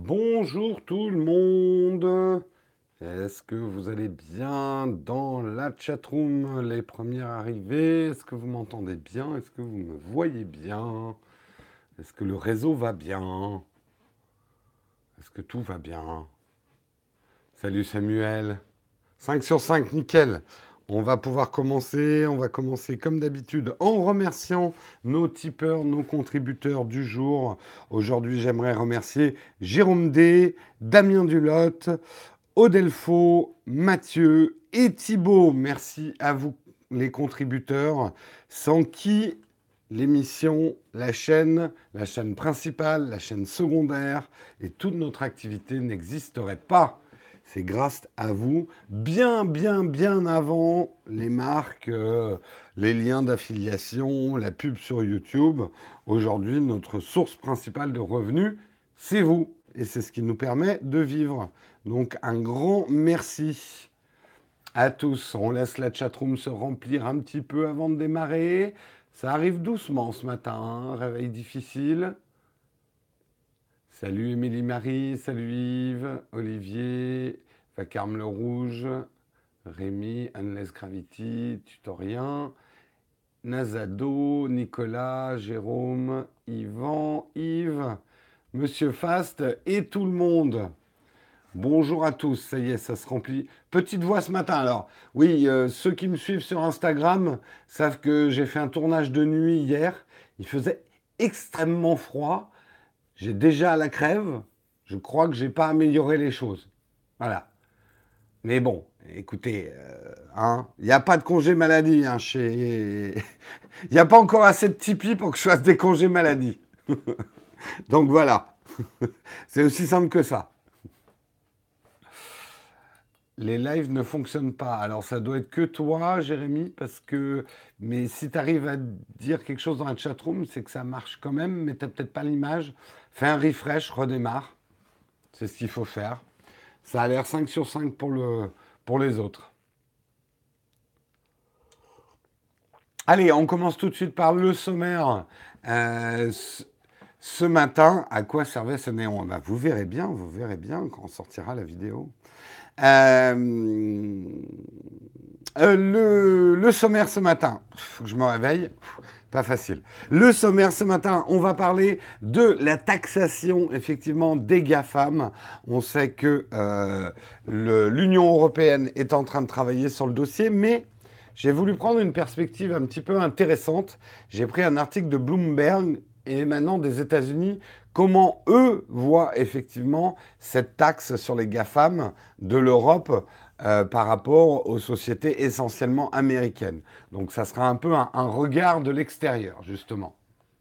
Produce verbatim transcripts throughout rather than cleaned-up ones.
Bonjour tout le monde. Est-ce que vous allez bien dans la chatroom, les premiers arrivés? Est-ce que vous m'entendez bien? Est-ce que vous me voyez bien? Est-ce que le réseau va bien? Est-ce que tout va bien? Salut Samuel. cinq sur cinq, nickel. On va pouvoir commencer. On va commencer comme d'habitude en remerciant nos tipeurs, nos contributeurs du jour. Aujourd'hui, j'aimerais remercier Jérôme D, Damien Dulotte, Odelfo, Mathieu et Thibaut. Merci à vous, les contributeurs, sans qui l'émission, la chaîne, la chaîne principale, la chaîne secondaire et toute notre activité n'existeraient pas. C'est grâce à vous, bien, bien, bien avant les marques, euh, les liens d'affiliation, la pub sur YouTube. Aujourd'hui, notre source principale de revenus, c'est vous. Et c'est ce qui nous permet de vivre. Donc, un grand merci à tous. On laisse la chatroom se remplir un petit peu avant de démarrer. Ça arrive doucement ce matin, hein, réveil difficile. Salut Émilie Marie, salut Yves, Olivier, Vacarme le Rouge, Rémi, Unless Gravity, Tutorien, Nazado, Nicolas, Jérôme, Yvan, Yves, Monsieur Fast et tout le monde. Bonjour à tous, ça y est, ça se remplit. Petite voix ce matin alors. Oui, euh, ceux qui me suivent sur Instagram savent que j'ai fait un tournage de nuit hier. Il faisait extrêmement froid. J'ai déjà la crève. Je crois que j'ai pas amélioré les choses. Voilà. Mais bon, écoutez, euh, hein, il n'y a pas de congé maladie hein, chez. Il n'y a pas encore assez de Tipeee pour que je fasse des congés maladie. Donc voilà. C'est aussi simple que ça. Les lives ne fonctionnent pas. Alors ça doit être que toi, Jérémy, parce que. Mais si tu arrives à dire quelque chose dans la chatroom, c'est que ça marche quand même, mais tu n'as peut-être pas l'image. Fais un refresh, redémarre. C'est ce qu'il faut faire. Ça a l'air cinq sur cinq pour, le, pour les autres. Allez, on commence tout de suite par le sommaire. Euh, ce, ce matin, à quoi servait ce néon? Ben, vous verrez bien, vous verrez bien quand sortira la vidéo. Euh, euh, le, le sommaire ce matin, faut que je me réveille, pas facile. Le sommaire ce matin, on va parler de la taxation effectivement des GAFAM. On sait que euh, le- l'Union européenne est en train de travailler sur le dossier, mais j'ai voulu prendre une perspective un petit peu intéressante. J'ai pris un article de Bloomberg et maintenant des États-Unis, comment eux voient effectivement cette taxe sur les GAFAM de l'Europe euh, par rapport aux sociétés essentiellement américaines. Donc ça sera un peu un, un regard de l'extérieur, justement.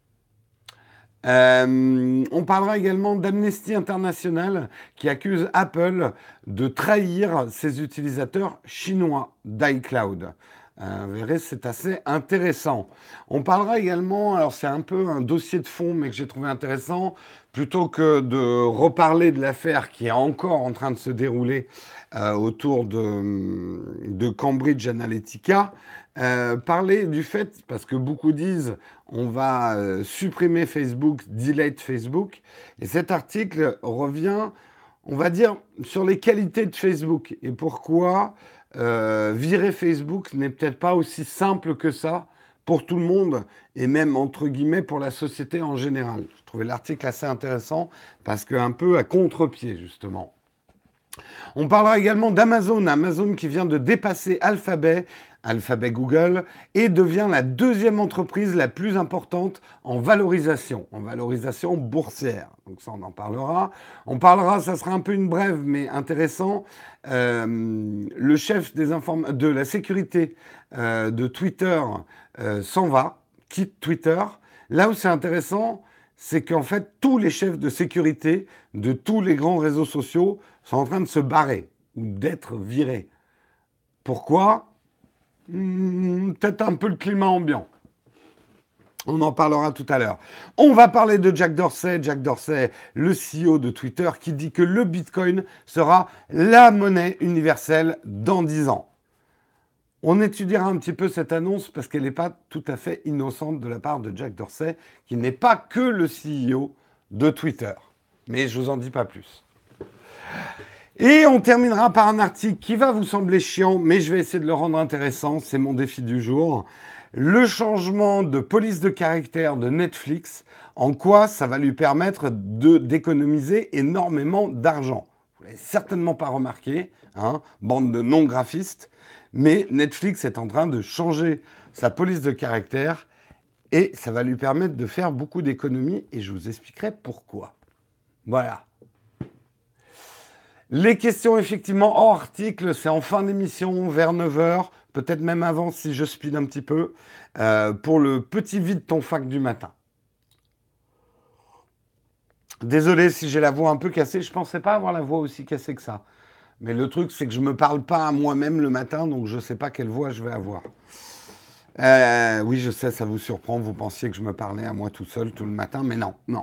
Euh, on parlera également d'Amnesty International qui accuse Apple de trahir ses utilisateurs chinois d'iCloud. Euh, vous verrez, c'est assez intéressant. On parlera également, alors c'est un peu un dossier de fond, mais que j'ai trouvé intéressant, plutôt que de reparler de l'affaire qui est encore en train de se dérouler euh, autour de, de Cambridge Analytica, euh, parler du fait, parce que beaucoup disent on va euh, supprimer Facebook, delete Facebook, et cet article revient, on va dire, sur les qualités de Facebook et pourquoi euh, virer Facebook n'est peut-être pas aussi simple que ça pour tout le monde et même entre guillemets pour la société en général. Je trouvais l'article assez intéressant parce qu'un peu à contre-pied justement. On parlera également d'Amazon, Amazon qui vient de dépasser Alphabet, Alphabet Google, et devient la deuxième entreprise la plus importante en valorisation, en valorisation boursière. Donc ça, on en parlera. On parlera, ça sera un peu une brève, mais intéressant, euh, le chef des inform- de la sécurité euh, de Twitter euh, s'en va, quitte Twitter. Là où c'est intéressant, c'est qu'en fait, tous les chefs de sécurité de tous les grands réseaux sociaux sont en train de se barrer ou d'être virés. Pourquoi? Hmm, peut-être un peu le climat ambiant. On en parlera tout à l'heure. On va parler de Jack Dorsey. Jack Dorsey, le C E O de Twitter, qui dit que le Bitcoin sera la monnaie universelle dans dix ans. On étudiera un petit peu cette annonce parce qu'elle n'est pas tout à fait innocente de la part de Jack Dorsey, qui n'est pas que le C E O de Twitter. Mais je vous en dis pas plus. Et on terminera par un article qui va vous sembler chiant, mais je vais essayer de le rendre intéressant. C'est mon défi du jour. Le changement de police de caractère de Netflix, en quoi ça va lui permettre de, d'économiser énormément d'argent. Vous l'avez certainement pas remarqué, hein, bande de non-graphistes, mais Netflix est en train de changer sa police de caractère et ça va lui permettre de faire beaucoup d'économies et je vous expliquerai pourquoi. Voilà. Les questions, effectivement, hors article, c'est en fin d'émission, vers neuf heures, peut-être même avant si je speed un petit peu, euh, pour le petit vide ton fac du matin. Désolé si j'ai la voix un peu cassée, je ne pensais pas avoir la voix aussi cassée que ça. Mais le truc, c'est que je ne me parle pas à moi-même le matin, donc je ne sais pas quelle voix je vais avoir. Euh, oui, je sais, ça vous surprend, vous pensiez que je me parlais à moi tout seul tout le matin, mais non, non.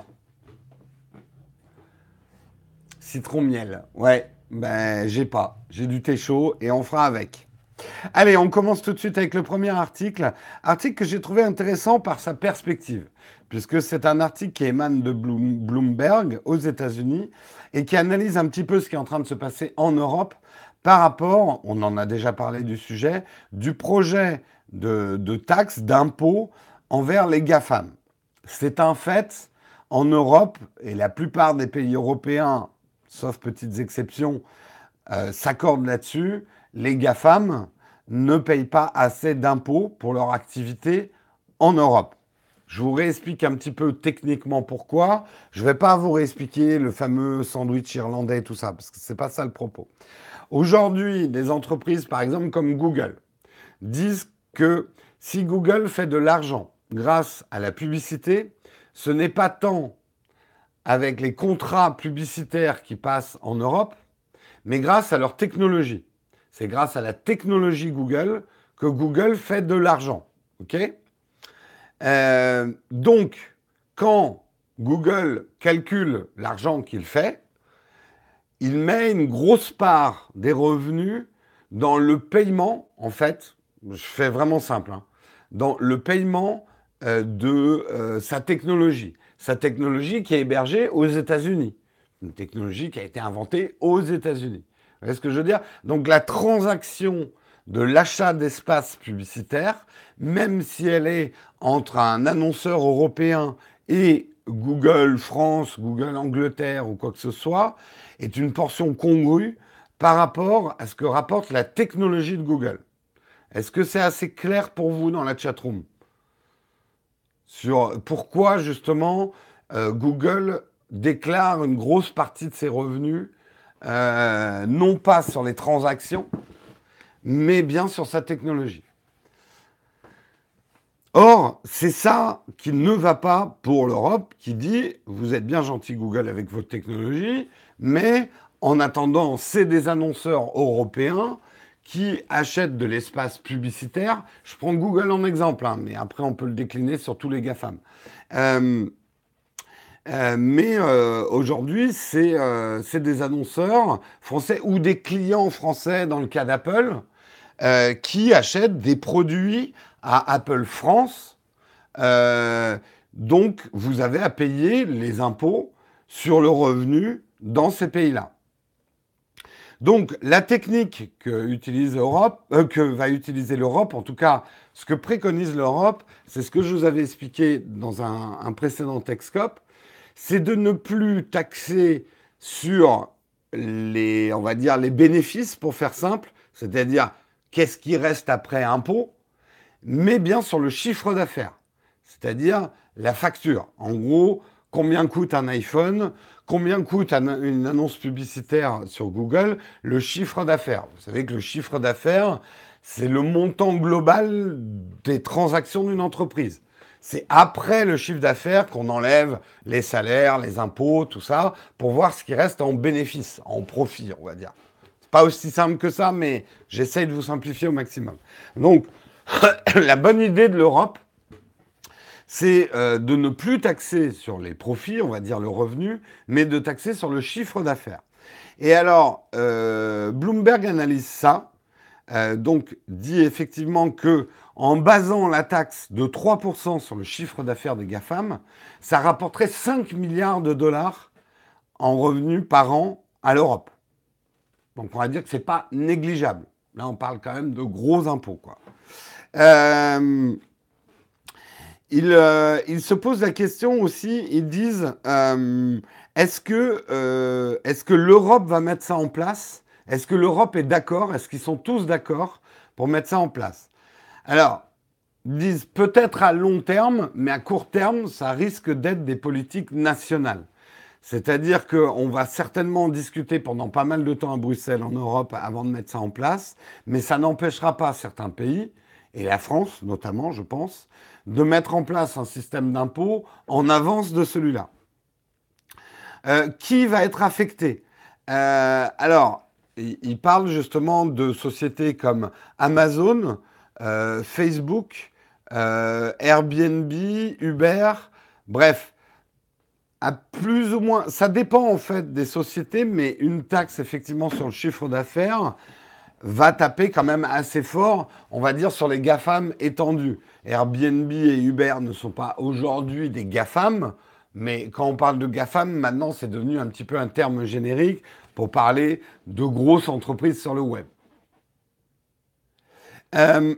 Citron miel, ouais, ben j'ai pas. J'ai du thé chaud et on fera avec. Allez, on commence tout de suite avec le premier article. Article que j'ai trouvé intéressant par sa perspective, puisque c'est un article qui émane de Bloomberg aux États-Unis et qui analyse un petit peu ce qui est en train de se passer en Europe par rapport, on en a déjà parlé du sujet, du projet de, de taxes, d'impôts envers les GAFAM. C'est un fait, en Europe, et la plupart des pays européens, sauf petites exceptions, euh, s'accordent là-dessus, les GAFAM ne payent pas assez d'impôts pour leur activité en Europe. Je vous réexplique un petit peu techniquement pourquoi. Je ne vais pas vous réexpliquer le fameux sandwich irlandais et tout ça, parce que ce n'est pas ça le propos. Aujourd'hui, des entreprises, par exemple comme Google, disent que si Google fait de l'argent grâce à la publicité, ce n'est pas tant avec les contrats publicitaires qui passent en Europe, mais grâce à leur technologie. C'est grâce à la technologie Google que Google fait de l'argent. Okay ? euh, donc, quand Google calcule l'argent qu'il fait, il met une grosse part des revenus dans le paiement, en fait, je fais vraiment simple, hein, dans le paiement euh, de euh, sa technologie. Sa technologie qui est hébergée aux États-Unis. Une technologie qui a été inventée aux États-Unis. Vous voyez ce que je veux dire ? Donc la transaction de l'achat d'espace publicitaire, même si elle est entre un annonceur européen et Google France, Google Angleterre ou quoi que ce soit, est une portion congrue par rapport à ce que rapporte la technologie de Google. Est-ce que c'est assez clair pour vous dans la chatroom ? Sur pourquoi, justement, euh, Google déclare une grosse partie de ses revenus, euh, non pas sur les transactions, mais bien sur sa technologie. Or, c'est ça qui ne va pas pour l'Europe, qui dit « Vous êtes bien gentil Google avec votre technologie, mais en attendant, c'est des annonceurs européens qui achètent de l'espace publicitaire. » Je prends Google en exemple, hein, mais après on peut le décliner sur tous les GAFAM. Euh, euh, mais euh, aujourd'hui, c'est euh, c'est des annonceurs français ou des clients français dans le cas d'Apple euh, qui achètent des produits à Apple France. Euh, donc, vous avez à payer les impôts sur le revenu dans ces pays-là. Donc, la technique que, utilise l'Europe, euh, que va utiliser l'Europe, en tout cas, ce que préconise l'Europe, c'est ce que je vous avais expliqué dans un, un précédent Techscope, c'est de ne plus taxer sur les, on va dire, les bénéfices, pour faire simple, c'est-à-dire qu'est-ce qui reste après impôt, mais bien sur le chiffre d'affaires, c'est-à-dire la facture. En gros, combien coûte un iPhone, combien coûte une annonce publicitaire sur Google, le chiffre d'affaires. Vous savez que le chiffre d'affaires, c'est le montant global des transactions d'une entreprise. C'est après le chiffre d'affaires qu'on enlève les salaires, les impôts, tout ça, pour voir ce qui reste en bénéfice, en profit, on va dire. C'est pas aussi simple que ça, mais j'essaye de vous simplifier au maximum. Donc, la bonne idée de l'Europe, c'est euh, de ne plus taxer sur les profits, on va dire le revenu, mais de taxer sur le chiffre d'affaires. Et alors, euh, Bloomberg analyse ça, euh, donc dit effectivement que en basant la taxe de trois pour cent sur le chiffre d'affaires des GAFAM, ça rapporterait cinq milliards de dollars en revenus par an à l'Europe. Donc on va dire que c'est pas négligeable. Là, on parle quand même de gros impôts, quoi. Euh, ils, euh, ils se posent la question aussi, ils disent, euh, est-ce que, euh, est-ce que l'Europe va mettre ça en place? Est-ce que l'Europe est d'accord? Est-ce qu'ils sont tous d'accord pour mettre ça en place? Alors, ils disent peut-être à long terme, mais à court terme, ça risque d'être des politiques nationales. C'est-à-dire qu'on va certainement en discuter pendant pas mal de temps à Bruxelles, en Europe, avant de mettre ça en place, mais ça n'empêchera pas certains pays, et la France notamment, je pense, de mettre en place un système d'impôt en avance de celui-là. Euh, qui va être affecté? Euh, Alors, il, il parle justement de sociétés comme Amazon, euh, Facebook, euh, Airbnb, Uber, bref, à plus ou moins, ça dépend en fait des sociétés, mais une taxe effectivement sur le chiffre d'affaires va taper quand même assez fort, on va dire, sur les GAFAM étendus. Airbnb et Uber ne sont pas aujourd'hui des GAFAM, mais quand on parle de GAFAM, maintenant c'est devenu un petit peu un terme générique pour parler de grosses entreprises sur le web. Euh,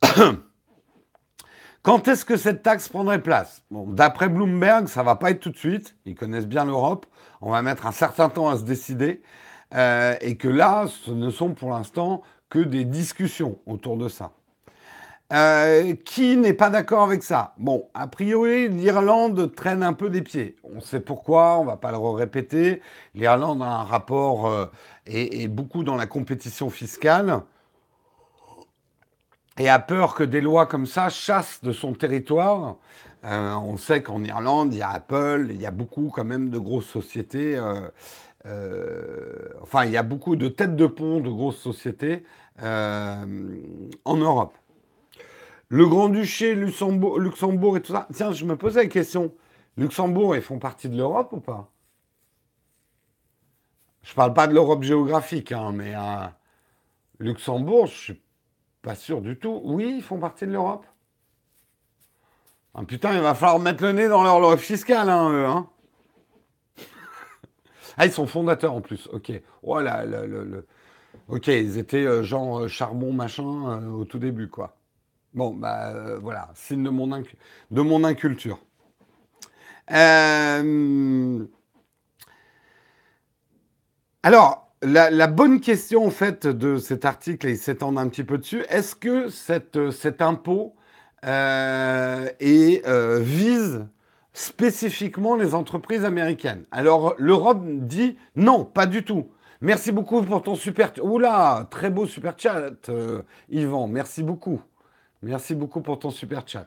Quand est-ce que cette taxe prendrait place? Bon, d'après Bloomberg, ça va pas être tout de suite. Ils connaissent bien l'Europe. On va mettre un certain temps à se décider. Euh, et que là, ce ne sont pour l'instant que des discussions autour de ça. Euh, qui n'est pas d'accord avec ça? Bon, a priori, l'Irlande traîne un peu des pieds. On sait pourquoi, on va pas le répéter. L'Irlande a un rapport euh, et, et beaucoup dans la compétition fiscale et a peur que des lois comme ça chassent de son territoire. Euh, on sait qu'en Irlande, il y a Apple, il y a beaucoup quand même de grosses sociétés. Euh, euh, enfin, il y a beaucoup de têtes de pont de grosses sociétés euh, en Europe. Le Grand-Duché, Luxembourg, Luxembourg et tout ça. Tiens, je me posais la question. Luxembourg, ils font partie de l'Europe ou pas? Je parle pas de l'Europe géographique, hein, mais euh, Luxembourg, je suis pas sûr du tout. Oui, ils font partie de l'Europe. Ah, putain, il va falloir mettre le nez dans leur loi fiscale, hein, eux, hein. Ah, ils sont fondateurs en plus. Ok. Oh là, le, le, le- ok, ils étaient euh, genre euh, charbon machin euh, au tout début, quoi. Bon, bah euh, voilà, signe de mon, incu- de mon inculture. Euh, Alors, la, la bonne question en fait de cet article, et il s'étend un petit peu dessus, est-ce que cette, cet impôt euh, est, euh, vise spécifiquement les entreprises américaines? Alors, l'Europe dit non, pas du tout. Merci beaucoup pour ton super... Oula, très beau super chat, euh, Yvan, merci beaucoup. Merci beaucoup pour ton super chat.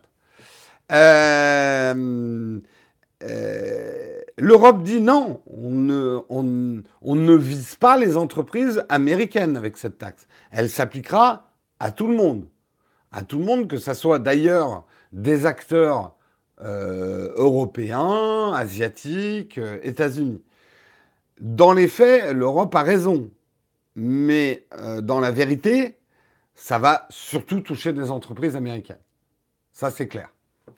Euh, euh, L'Europe dit non, on ne, on, on ne vise pas les entreprises américaines avec cette taxe. Elle s'appliquera à tout le monde. À tout le monde, que ce soit d'ailleurs des acteurs euh, européens, asiatiques, euh, États-Unis. Dans les faits, l'Europe a raison. Mais euh, dans la vérité, ça va surtout toucher des entreprises américaines. Ça, c'est clair.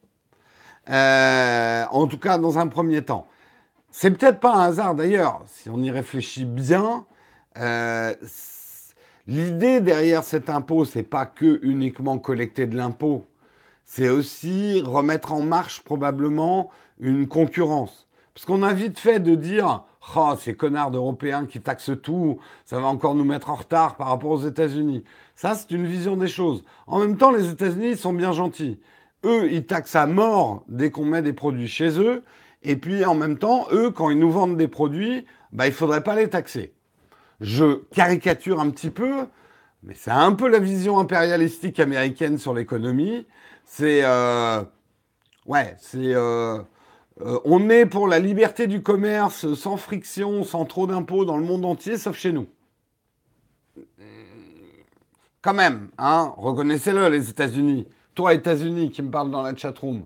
Euh, en tout cas, dans un premier temps. C'est peut-être pas un hasard d'ailleurs, si on y réfléchit bien. Euh, L'idée derrière cet impôt, c'est pas que uniquement collecter de l'impôt, c'est aussi remettre en marche probablement une concurrence. Parce qu'on a vite fait de dire, oh, ces connards d'Européens qui taxent tout, ça va encore nous mettre en retard par rapport aux États-Unis. Ça, c'est une vision des choses. En même temps, les États-Unis ils sont bien gentils. Eux, ils taxent à mort dès qu'on met des produits chez eux. Et puis, en même temps, eux, quand ils nous vendent des produits, bah, il ne faudrait pas les taxer. Je caricature un petit peu, mais c'est un peu la vision impérialistique américaine sur l'économie. C'est... Euh, ouais, c'est... Euh, euh, on est pour la liberté du commerce, sans friction, sans trop d'impôts dans le monde entier, sauf chez nous. Quand même, hein, reconnaissez-le, les États-Unis. Toi, États-Unis, qui me parle dans la chatroom.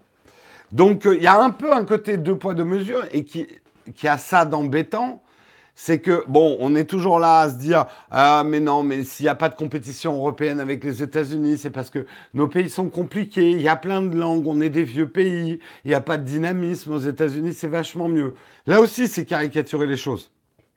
Donc, il euh, y a un peu un côté deux poids, deux mesures, et qui, qui a ça d'embêtant, c'est que, bon, on est toujours là à se dire, ah, mais non, mais s'il n'y a pas de compétition européenne avec les États-Unis, c'est parce que nos pays sont compliqués, il y a plein de langues, on est des vieux pays, il n'y a pas de dynamisme aux États-Unis, c'est vachement mieux. Là aussi, c'est caricaturer les choses.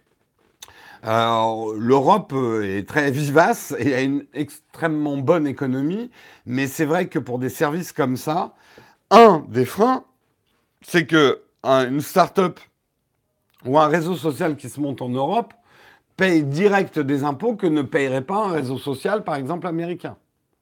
Euh, L'Europe euh, est très vivace et a une extrêmement bonne économie, mais c'est vrai que pour des services comme ça, un des freins, c'est que un- une start-up ou un réseau social qui se monte en Europe paye direct des impôts que ne payerait pas un réseau social, par exemple, américain.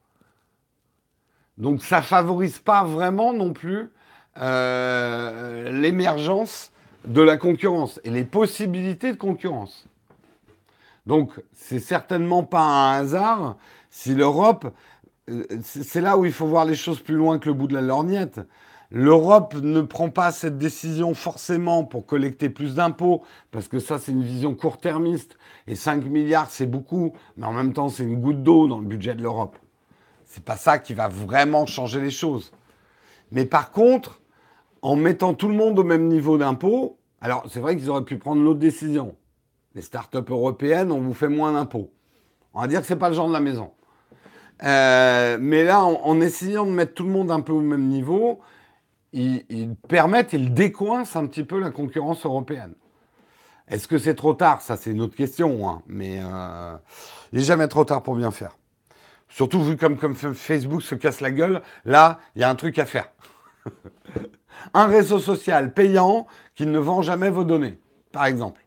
Donc ça favorise pas vraiment non plus euh, l'émergence de la concurrence et les possibilités de concurrence. Donc c'est certainement pas un hasard si l'Europe, euh, c'est là où il faut voir les choses plus loin que le bout de la lorgnette. L'Europe ne prend pas cette décision forcément pour collecter plus d'impôts, parce que ça, c'est une vision court-termiste. Et cinq milliards, c'est beaucoup, mais en même temps, c'est une goutte d'eau dans le budget de l'Europe. C'est pas ça qui va vraiment changer les choses. Mais par contre, en mettant tout le monde au même niveau d'impôt, alors c'est vrai qu'ils auraient pu prendre l'autre décision. Les startups européennes, on vous fait moins d'impôts. On va dire que c'est pas le genre de la maison. Euh, mais là, en, en essayant de mettre tout le monde un peu au même niveau, ils, ils permettent, ils décoincent un petit peu la concurrence européenne. Est-ce que c'est trop tard? Ça, c'est une autre question. Hein. Mais euh, il n'est jamais trop tard pour bien faire. Surtout vu comme, comme Facebook se casse la gueule, là, il y a un truc à faire. Un réseau social payant qui ne vend jamais vos données, par exemple.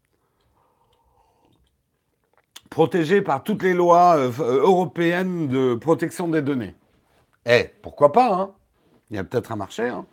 Protégé par toutes les lois euh, européennes de protection des données. Eh, pourquoi pas, hein? Il y a peut-être un marché, hein.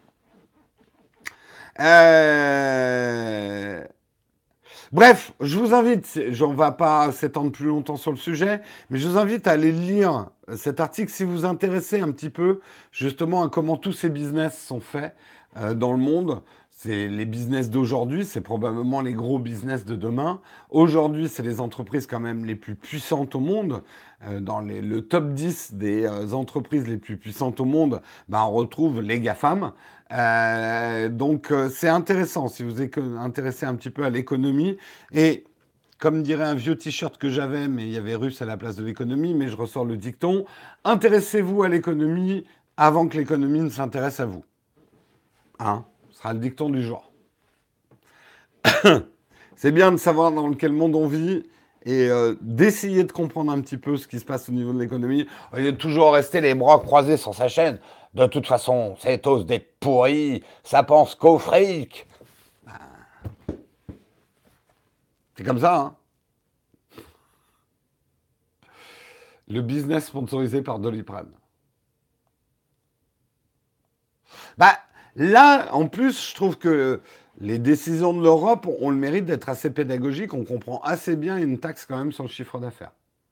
Euh... Bref, je vous invite, on ne va pas s'étendre plus longtemps sur le sujet, mais je vous invite à aller lire cet article si vous vous intéressez un petit peu justement à comment tous ces business sont faits euh, dans le monde. C'est les business d'aujourd'hui, c'est probablement les gros business de demain. Aujourd'hui, c'est les entreprises quand même les plus puissantes au monde. Euh, dans les- le top dix des euh, entreprises les plus puissantes au monde, ben, on retrouve les GAFAM. Euh, donc euh, c'est intéressant si vous êtes intéressé un petit peu à l'économie. Et comme dirait un vieux t-shirt que j'avais, mais il y avait russe à la place de l'économie, mais je ressors le dicton, intéressez-vous à l'économie avant que l'économie ne s'intéresse à vous. Hein, ce sera le dicton du jour. C'est bien de savoir dans quel monde on vit et euh, d'essayer de comprendre un petit peu ce qui se passe au niveau de l'économie, au lieu de toujours rester les bras croisés sur sa chaîne. De toute façon, c'est os des pourris, ça pense qu'au fric. C'est comme ça, hein. Le business sponsorisé par Doliprane. Bah, là, en plus, je trouve que les décisions de l'Europe ont le mérite d'être assez pédagogiques. On comprend assez bien une taxe quand même sur le chiffre d'affaires.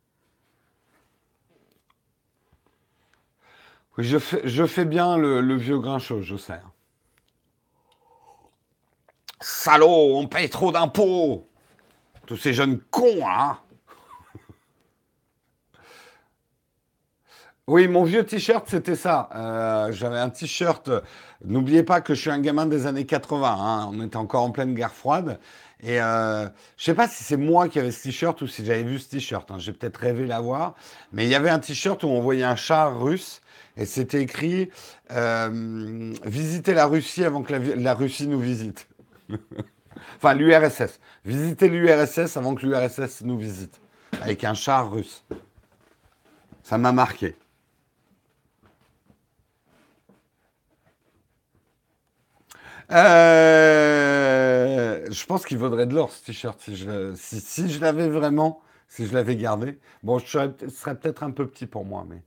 Oui, je fais, je fais bien le, le vieux grincheux, je sais. Salaud, on paye trop d'impôts. Tous ces jeunes cons, hein. Oui, mon vieux t-shirt, c'était ça. Euh, j'avais un t-shirt. N'oubliez pas que je suis un gamin des années quatre-vingts. Hein. On était encore en pleine guerre froide. Et euh, je sais pas si c'est moi qui avais ce t-shirt ou si j'avais vu ce t-shirt. Hein. J'ai peut-être rêvé l'avoir. Mais il y avait un t-shirt où on voyait un char russe et c'était écrit euh, visitez la Russie avant que la, la Russie nous visite. Enfin, l'U R S S. Visitez l'U R S S avant que l'U R S S nous visite. Avec un char russe. Ça m'a marqué. Euh, je pense qu'il vaudrait de l'or ce t-shirt si je, le- si, si je l'avais vraiment, si je l'avais gardé. Bon, je serais, ce serait peut-être un peu petit pour moi, mais.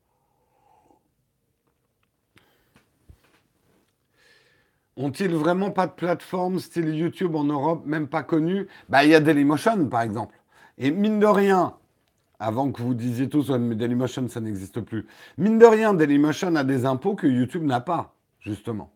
Ont-ils vraiment pas de plateforme style YouTube en Europe, même pas connue? Bah, il y a Dailymotion, par exemple. Et mine de rien, avant que vous disiez tous, ouais, mais Dailymotion, ça n'existe plus. Mine de rien, Dailymotion a des impôts que YouTube n'a pas, justement.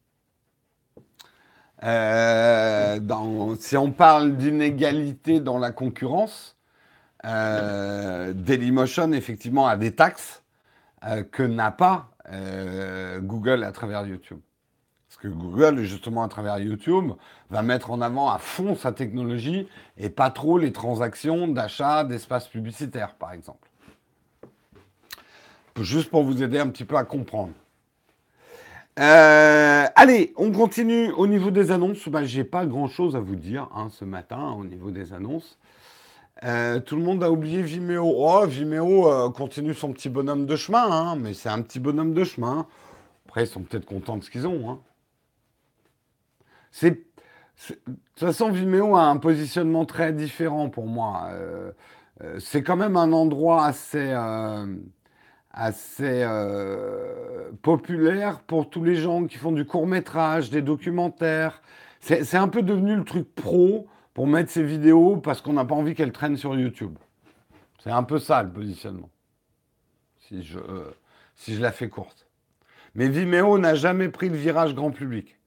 Euh, dans- si on parle d'inégalité dans la concurrence, euh, Dailymotion, effectivement, a des taxes euh, que n'a pas euh, Google à travers YouTube. Parce que Google, justement, à travers YouTube, va mettre en avant à fond sa technologie et pas trop les transactions d'achat d'espaces publicitaires, par exemple. Juste pour vous aider un petit peu à comprendre. Euh, allez, on continue au niveau des annonces. Bah, j'ai pas grand-chose à vous dire hein, ce matin au niveau des annonces. Euh, tout le monde a oublié Vimeo. Oh, Vimeo euh, continue son petit bonhomme de chemin, hein, mais c'est un petit bonhomme de chemin. Après, ils sont peut-être contents de ce qu'ils ont. Hein. C'est, c'est- de toute façon, Vimeo a un positionnement très différent pour moi. Euh, euh, c'est quand même un endroit assez, euh, assez euh, populaire pour tous les gens qui font du court-métrage, des documentaires. C'est, c'est un peu devenu le truc pro pour mettre ses vidéos parce qu'on n'a pas envie qu'elles traînent sur YouTube. C'est un peu ça le positionnement, si je, euh, si je la fais courte. Mais Vimeo n'a jamais pris le virage grand public.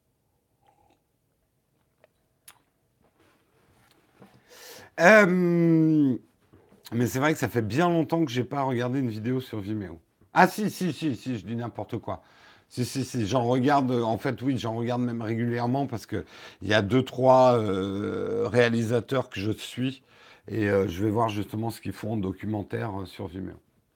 Euh, mais c'est vrai que ça fait bien longtemps que j'ai pas regardé une vidéo sur Vimeo. Ah si, si, si, si, je dis n'importe quoi. Si, si, si, j'en regarde, en fait, oui, j'en regarde même régulièrement parce que il y a deux, trois euh, réalisateurs que je suis et euh, je vais voir justement ce qu'ils font en documentaire euh, sur Vimeo.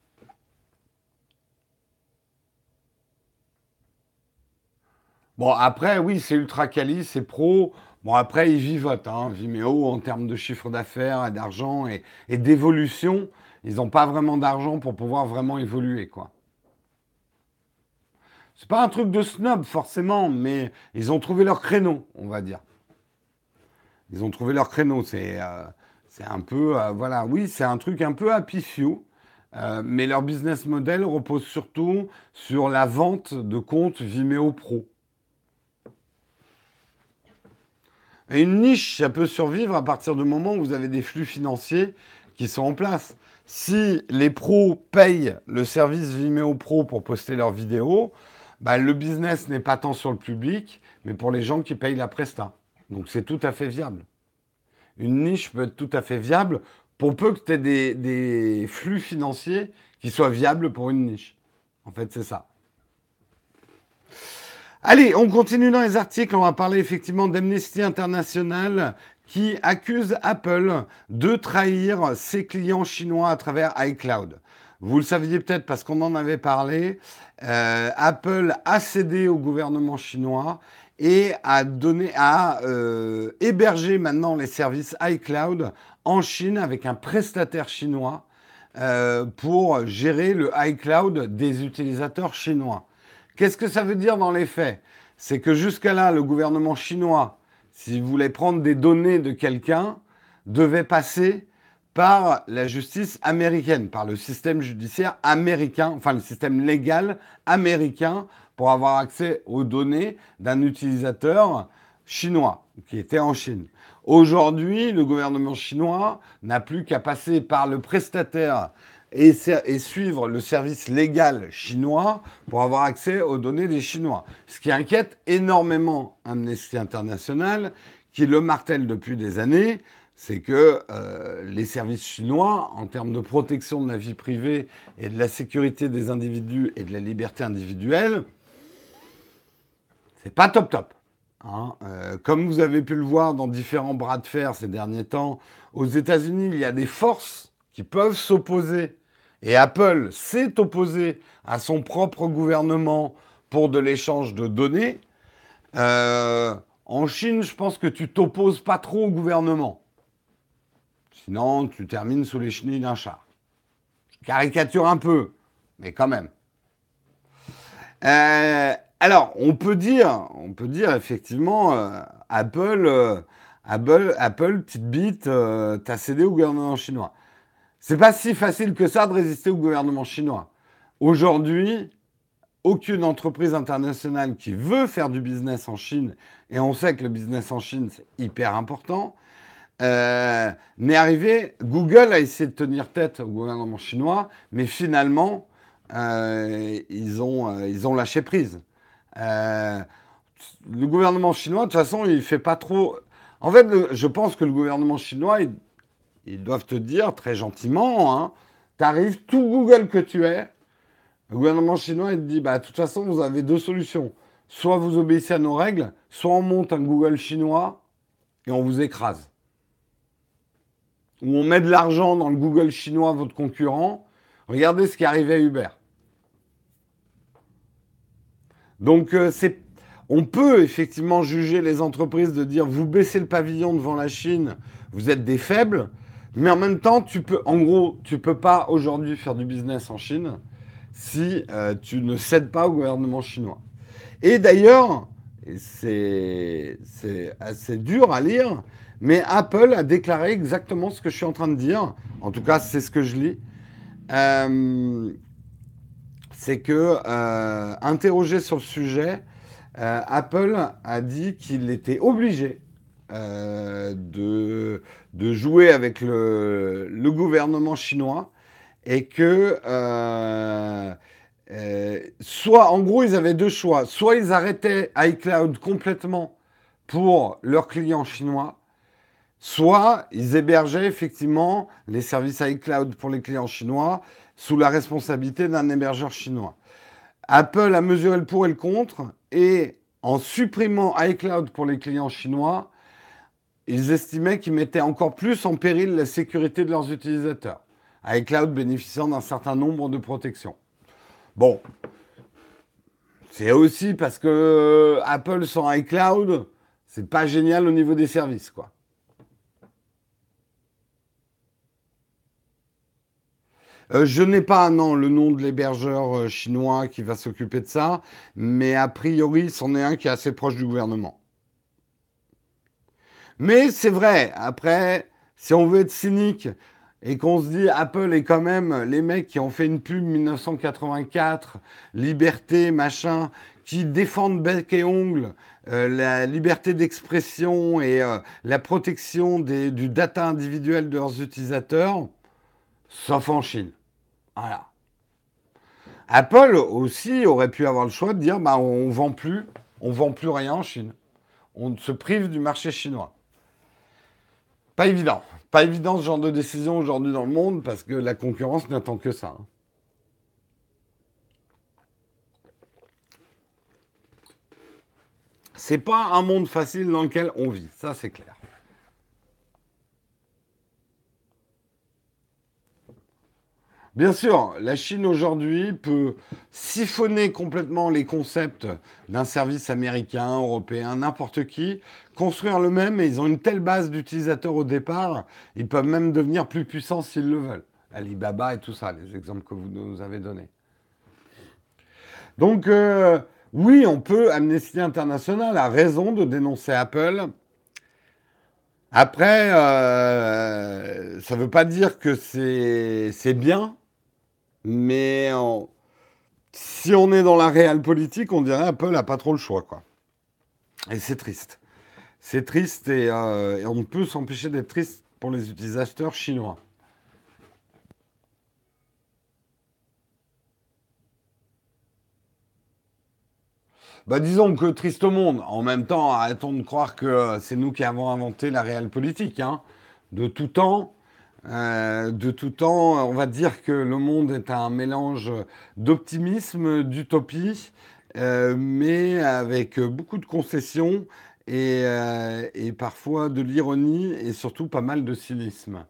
Bon, après, oui, c'est ultra quali, c'est pro. Bon, après, ils vivotent, hein, Vimeo, en termes de chiffre d'affaires et d'argent et, et d'évolution. Ils n'ont pas vraiment d'argent pour pouvoir vraiment évoluer, quoi. C'est pas un truc de snob, forcément, mais ils ont trouvé leur créneau, on va dire. Ils ont trouvé leur créneau. C'est euh, c'est un peu, euh, voilà, oui, c'est un truc un peu happy few. Euh, mais leur business model repose surtout sur la vente de comptes Vimeo Pro. Et une niche, ça peut survivre à partir du moment où vous avez des flux financiers qui sont en place. Si les pros payent le service Vimeo Pro pour poster leurs vidéos, bah, le business n'est pas tant sur le public, mais pour les gens qui payent la presta. Donc c'est tout à fait viable. Une niche peut être tout à fait viable pour peu que tu aies des, des flux financiers qui soient viables pour une niche. En fait, c'est ça. Allez, on continue dans les articles. On va parler effectivement d'Amnesty International qui accuse Apple de trahir ses clients chinois à travers iCloud. Vous le saviez peut-être parce qu'on en avait parlé. Euh, Apple a cédé au gouvernement chinois et a donné, a euh, hébergé maintenant les services iCloud en Chine avec un prestataire chinois euh, pour gérer le iCloud des utilisateurs chinois. Qu'est-ce que ça veut dire dans les faits? C'est que jusqu'à là, le gouvernement chinois, s'il voulait prendre des données de quelqu'un, devait passer par la justice américaine, par le système judiciaire américain, enfin le système légal américain, pour avoir accès aux données d'un utilisateur chinois qui était en Chine. Aujourd'hui, le gouvernement chinois n'a plus qu'à passer par le prestataire et, et, suivre le service légal chinois pour avoir accès aux données des Chinois. Ce qui inquiète énormément Amnesty International, qui le martèle depuis des années, c'est que euh, les services chinois, en termes de protection de la vie privée et de la sécurité des individus et de la liberté individuelle, c'est pas top top. Hein. Euh, comme vous avez pu le voir dans différents bras de fer ces derniers temps, aux États-Unis, il y a des forces qui peuvent s'opposer. Et Apple s'est opposé à son propre gouvernement pour de l'échange de données. Euh, en Chine, je pense que tu t'opposes pas trop au gouvernement. Sinon, tu termines sous les chenilles d'un chat. Je caricature un peu, mais quand même. Euh, alors, on peut dire, on peut dire effectivement, euh, Apple, euh, Apple, Apple, petite bite, euh, t'as cédé au gouvernement chinois. C'est pas si facile que ça de résister au gouvernement chinois. Aujourd'hui, aucune entreprise internationale qui veut faire du business en Chine, et on sait que le business en Chine, c'est hyper important, euh, n'est arrivé. Google a essayé de tenir tête au gouvernement chinois, mais finalement, euh, ils, ont, euh, ils ont lâché prise. Euh, le gouvernement chinois, de toute façon, il fait pas trop... En fait, le, je pense que le gouvernement chinois, il, ils doivent te dire très gentiment, hein, t'arrives, tout Google que tu es, le gouvernement chinois, il te dit, bah, de toute façon, vous avez deux solutions. soit vous obéissez à nos règles, soit on monte un Google chinois et on vous écrase. Ou on met de l'argent dans le Google chinois, votre concurrent. Regardez ce qui est arrivé à Uber. Donc, euh, c'est, on peut effectivement juger les entreprises de dire vous baissez le pavillon devant la Chine, vous êtes des faibles, mais en même temps, tu peux, en gros, tu peux pas aujourd'hui faire du business en Chine si euh, tu ne cèdes pas au gouvernement chinois. Et d'ailleurs, et c'est, c'est assez dur à lire, mais Apple a déclaré exactement ce que je suis en train de dire. En tout cas, c'est ce que je lis. Euh, c'est que, euh, interrogé sur le sujet, euh, Apple a dit qu'il était obligé euh, de, de jouer avec le, le gouvernement chinois et que euh, euh, soit, en gros, ils avaient deux choix. Soit ils arrêtaient iCloud complètement pour leurs clients chinois, soit ils hébergeaient effectivement les services iCloud pour les clients chinois sous la responsabilité d'un hébergeur chinois. Apple a mesuré le pour et le contre et en supprimant iCloud pour les clients chinois, ils estimaient qu'ils mettaient encore plus en péril la sécurité de leurs utilisateurs. iCloud bénéficiant d'un certain nombre de protections. Bon, c'est aussi parce que Apple sans iCloud, c'est pas génial au niveau des services, quoi. Euh, je n'ai pas, non, le nom de l'hébergeur euh, chinois qui va s'occuper de ça, mais a priori, c'en est un qui est assez proche du gouvernement. Mais c'est vrai, après, si on veut être cynique et qu'on se dit Apple est quand même les mecs qui ont fait une pub mille neuf cent quatre-vingt-quatre, liberté, machin, qui défendent bec et ongle euh, la liberté d'expression et euh, la protection des, du data individuel de leurs utilisateurs, sauf en Chine. Voilà. Apple aussi aurait pu avoir le choix de dire bah, on vend plus, on vend plus rien en Chine. On se prive du marché chinois. Pas évident. Pas évident ce genre de décision aujourd'hui dans le monde parce que la concurrence n'attend que ça. C'est pas un monde facile dans lequel on vit, ça c'est clair. Bien sûr, la Chine aujourd'hui peut siphonner complètement les concepts d'un service américain, européen, n'importe qui, construire le même et ils ont une telle base d'utilisateurs au départ, ils peuvent même devenir plus puissants s'ils le veulent. Alibaba et tout ça, les exemples que vous nous avez donnés. Donc, euh, oui, on peut, Amnesty International a raison de dénoncer Apple. Après, euh, ça ne veut pas dire que c'est c'est bien. Mais en- si on est dans la réelle politique, on dirait Apple n'a pas trop le choix, quoi. Et c'est triste. C'est triste et, euh, et on ne peut s'empêcher d'être triste pour les utilisateurs chinois. Bah, disons que triste au monde. En même temps, arrêtons de croire que euh, c'est nous qui avons inventé la réelle politique, hein. De tout temps, euh, de tout temps, on va dire que le monde est un mélange d'optimisme, d'utopie, euh, mais avec beaucoup de concessions et, euh, et parfois de l'ironie et surtout pas mal de cynisme.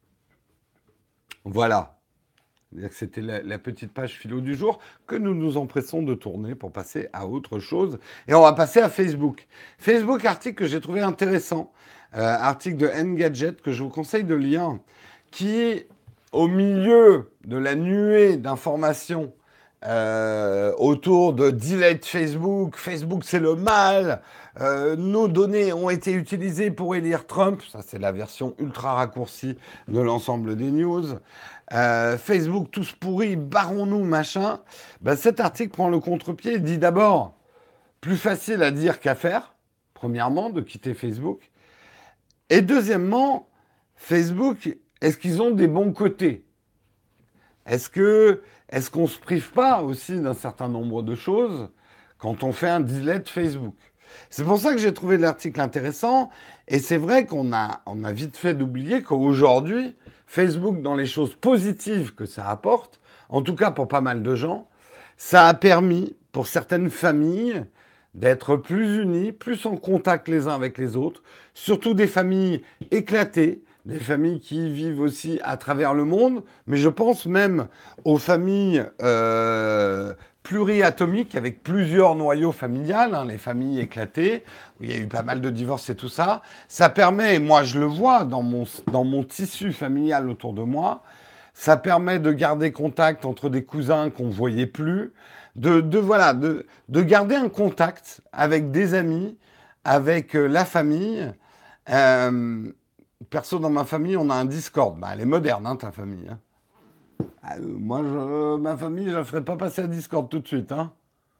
Voilà. C'est-à-dire que c'était la, la petite page philo du jour que nous nous empressons de tourner pour passer à autre chose. Et on va passer à Facebook. Facebook, article que j'ai trouvé intéressant, euh, article de Engadget que je vous conseille de lire, qui, au milieu de la nuée d'informations euh, autour de delete Facebook, Facebook c'est le mal, euh, nos données ont été utilisées pour élire Trump, ça c'est la version ultra raccourcie de l'ensemble des news. Euh, Facebook tous pourris, barrons-nous, machin. Ben, cet article prend le contre-pied et dit d'abord, plus facile à dire qu'à faire, premièrement, de quitter Facebook. Et deuxièmement, Facebook, est-ce qu'ils ont des bons côtés? Est-ce que, est-ce qu'on se prive pas aussi d'un certain nombre de choses quand on fait un delete Facebook? C'est pour ça que j'ai trouvé l'article intéressant. Et c'est vrai qu'on a, on a vite fait d'oublier qu'aujourd'hui, Facebook, dans les choses positives que ça apporte, en tout cas pour pas mal de gens, ça a permis pour certaines familles d'être plus unis, plus en contact les uns avec les autres, surtout des familles éclatées, des familles qui vivent aussi à travers le monde, mais je pense même aux familles euh, pluriatomiques avec plusieurs noyaux familiales, hein, les familles éclatées, où il y a eu pas mal de divorces et tout ça. Ça permet, et moi je le vois dans mon, dans mon tissu familial autour de moi, ça permet de garder contact entre des cousins qu'on ne voyait plus, de, de, voilà, de, de garder un contact avec des amis, avec euh, la famille. Euh, Perso, dans ma famille, on a un Discord. Bah, elle est moderne, hein, ta famille. Hein. Ah, euh, moi, je, ma famille, je ne la ferai pas passer à Discord tout de suite. Hein.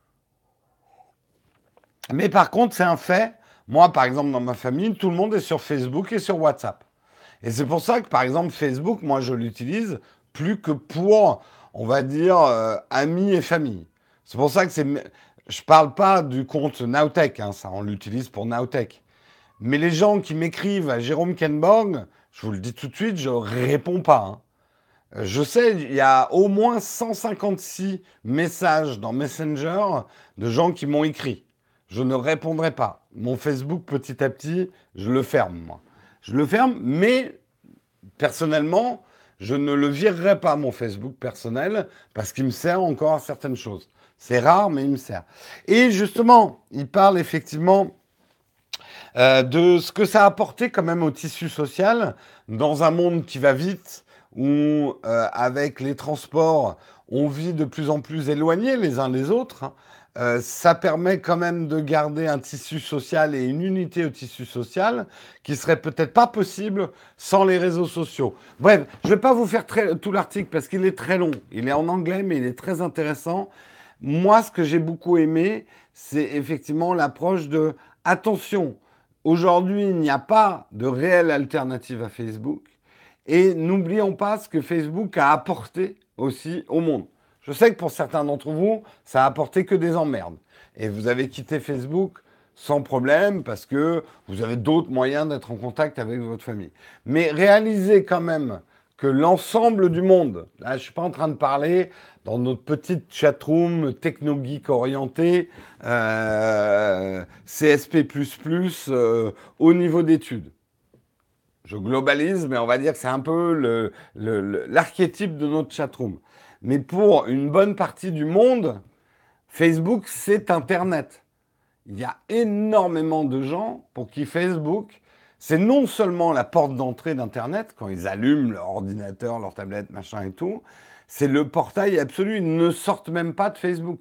Mais par contre, c'est un fait. Moi, par exemple, dans ma famille, tout le monde est sur Facebook et sur WhatsApp. Et c'est pour ça que, par exemple, Facebook, moi, je l'utilise plus que pour, on va dire, euh, amis et famille. C'est pour ça que c'est... Je parle pas du compte Nowtech, hein, ça, on l'utilise pour Nowtech. Mais les gens qui m'écrivent à Jérôme Kenborg, je vous le dis tout de suite, je réponds pas. Hein. Euh, Je sais, il y a au moins cent cinquante-six messages dans Messenger de gens qui m'ont écrit. Je ne répondrai pas. Mon Facebook, petit à petit, je le ferme, moi. Je le ferme, mais personnellement, je ne le virerai pas, mon Facebook personnel, parce qu'il me sert encore à certaines choses. C'est rare, mais il me sert. Et justement, il parle effectivement euh, de ce que ça a apporté quand même au tissu social dans un monde qui va vite, où euh, avec les transports, on vit de plus en plus éloignés les uns des autres. Hein. Euh, ça permet quand même de garder un tissu social et une unité au tissu social qui serait peut-être pas possible sans les réseaux sociaux. Bref, je ne vais pas vous faire très, tout l'article parce qu'il est très long. Il est en anglais, mais il est très intéressant. Moi, ce que j'ai beaucoup aimé, c'est effectivement l'approche de attention. Aujourd'hui, il n'y a pas de réelle alternative à Facebook. Et n'oublions pas ce que Facebook a apporté aussi au monde. Je sais que pour certains d'entre vous, ça a apporté que des emmerdes. Et vous avez quitté Facebook sans problème parce que vous avez d'autres moyens d'être en contact avec votre famille. Mais réalisez quand même que l'ensemble du monde, là je ne suis pas en train de parler dans notre petite chatroom techno-geek orientée, euh, C S P plus plus, euh, au niveau d'études. Je globalise, mais on va dire que c'est un peu le, le, le, l'archétype de notre chatroom. Mais pour une bonne partie du monde, Facebook, c'est Internet. Il y a énormément de gens pour qui Facebook, c'est non seulement la porte d'entrée d'Internet, quand ils allument leur ordinateur, leur tablette, machin et tout, c'est le portail absolu. Ils ne sortent même pas de Facebook.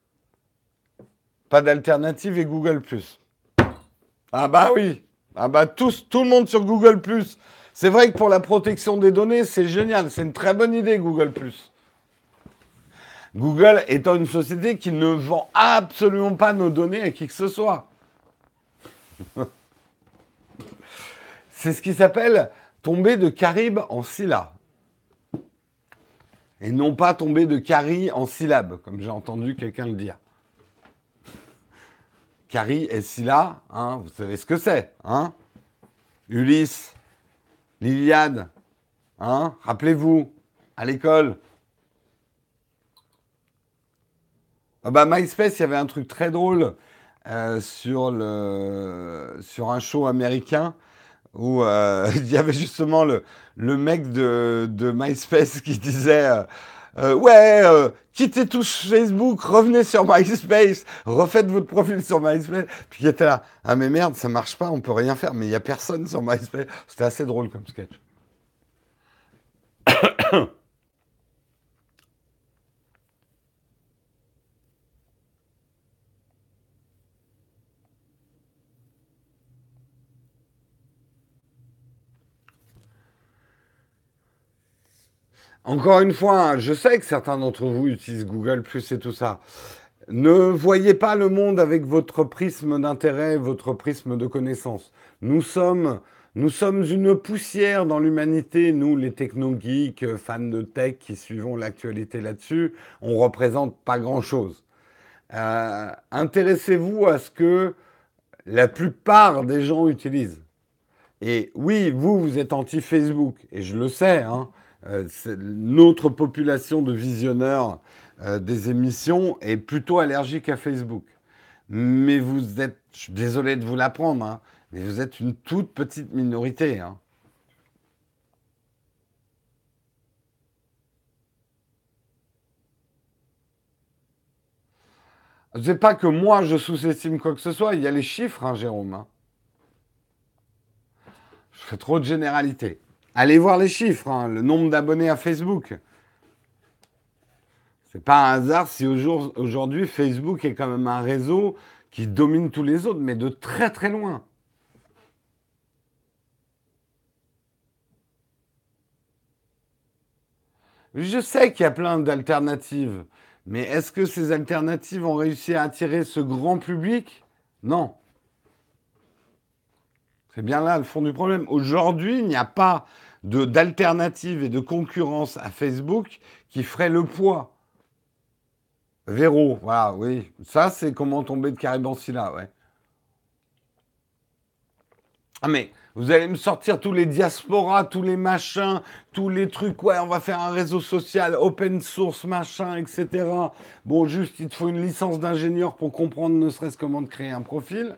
Pas d'alternative et Google plus. Ah bah oui. Ah bah tous, tout le monde sur Google plus. C'est vrai que pour la protection des données, c'est génial. C'est une très bonne idée, Google plus. Google étant une société qui ne vend absolument pas nos données à qui que ce soit. C'est ce qui s'appelle tomber de Caribe en Scylla. Et non pas tomber de Carrie en syllabe, comme j'ai entendu quelqu'un le dire. Carrie et Scylla, hein, vous savez ce que c'est, hein? Ulysse, l'Iliade, hein? Rappelez-vous, à l'école. Ah bah MySpace, il y avait un truc très drôle euh, sur, le, sur un show américain où euh, il y avait justement le, le mec de, de MySpace qui disait euh, euh, ouais, euh, quittez tous Facebook, revenez sur MySpace, refaites votre profil sur MySpace. Puis il était là, ah mais merde, ça marche pas, on peut rien faire, mais il y a personne sur MySpace. C'était assez drôle comme sketch. Encore une fois, hein, je sais que certains d'entre vous utilisent Google Plus et tout ça. Ne voyez pas le monde avec votre prisme d'intérêt, votre prisme de connaissance. Nous sommes, nous sommes une poussière dans l'humanité, nous les techno-geeks, fans de tech qui suivons l'actualité là-dessus, on représente pas grand-chose. Euh, intéressez-vous à ce que la plupart des gens utilisent. Et oui, vous, vous êtes anti-Facebook, et je le sais, hein, euh, notre population de visionneurs euh, des émissions est plutôt allergique à Facebook. Mais vous êtes, je suis désolé de vous l'apprendre, hein, mais vous êtes une toute petite minorité, hein. C'est pas que moi je sous-estime quoi que ce soit, il y a les chiffres, hein, Jérôme, hein. Je fais trop de généralités. Allez voir les chiffres, hein, le nombre d'abonnés à Facebook. C'est pas un hasard si aujourd'hui Facebook est quand même un réseau qui domine tous les autres, mais de très très loin. Je sais qu'il y a plein d'alternatives, mais est-ce que ces alternatives ont réussi à attirer ce grand public? Non. C'est bien là le fond du problème. Aujourd'hui, il n'y a pas de, d'alternative et de concurrence à Facebook qui ferait le poids. Véro, voilà, oui. Ça, c'est comment tomber de Caribanci-là, ouais. Ah mais, vous allez me sortir tous les diasporas, tous les machins, tous les trucs, ouais, on va faire un réseau social, open source, machin, et cetera. Bon, juste, il te faut une licence d'ingénieur pour comprendre ne serait-ce comment de créer un profil.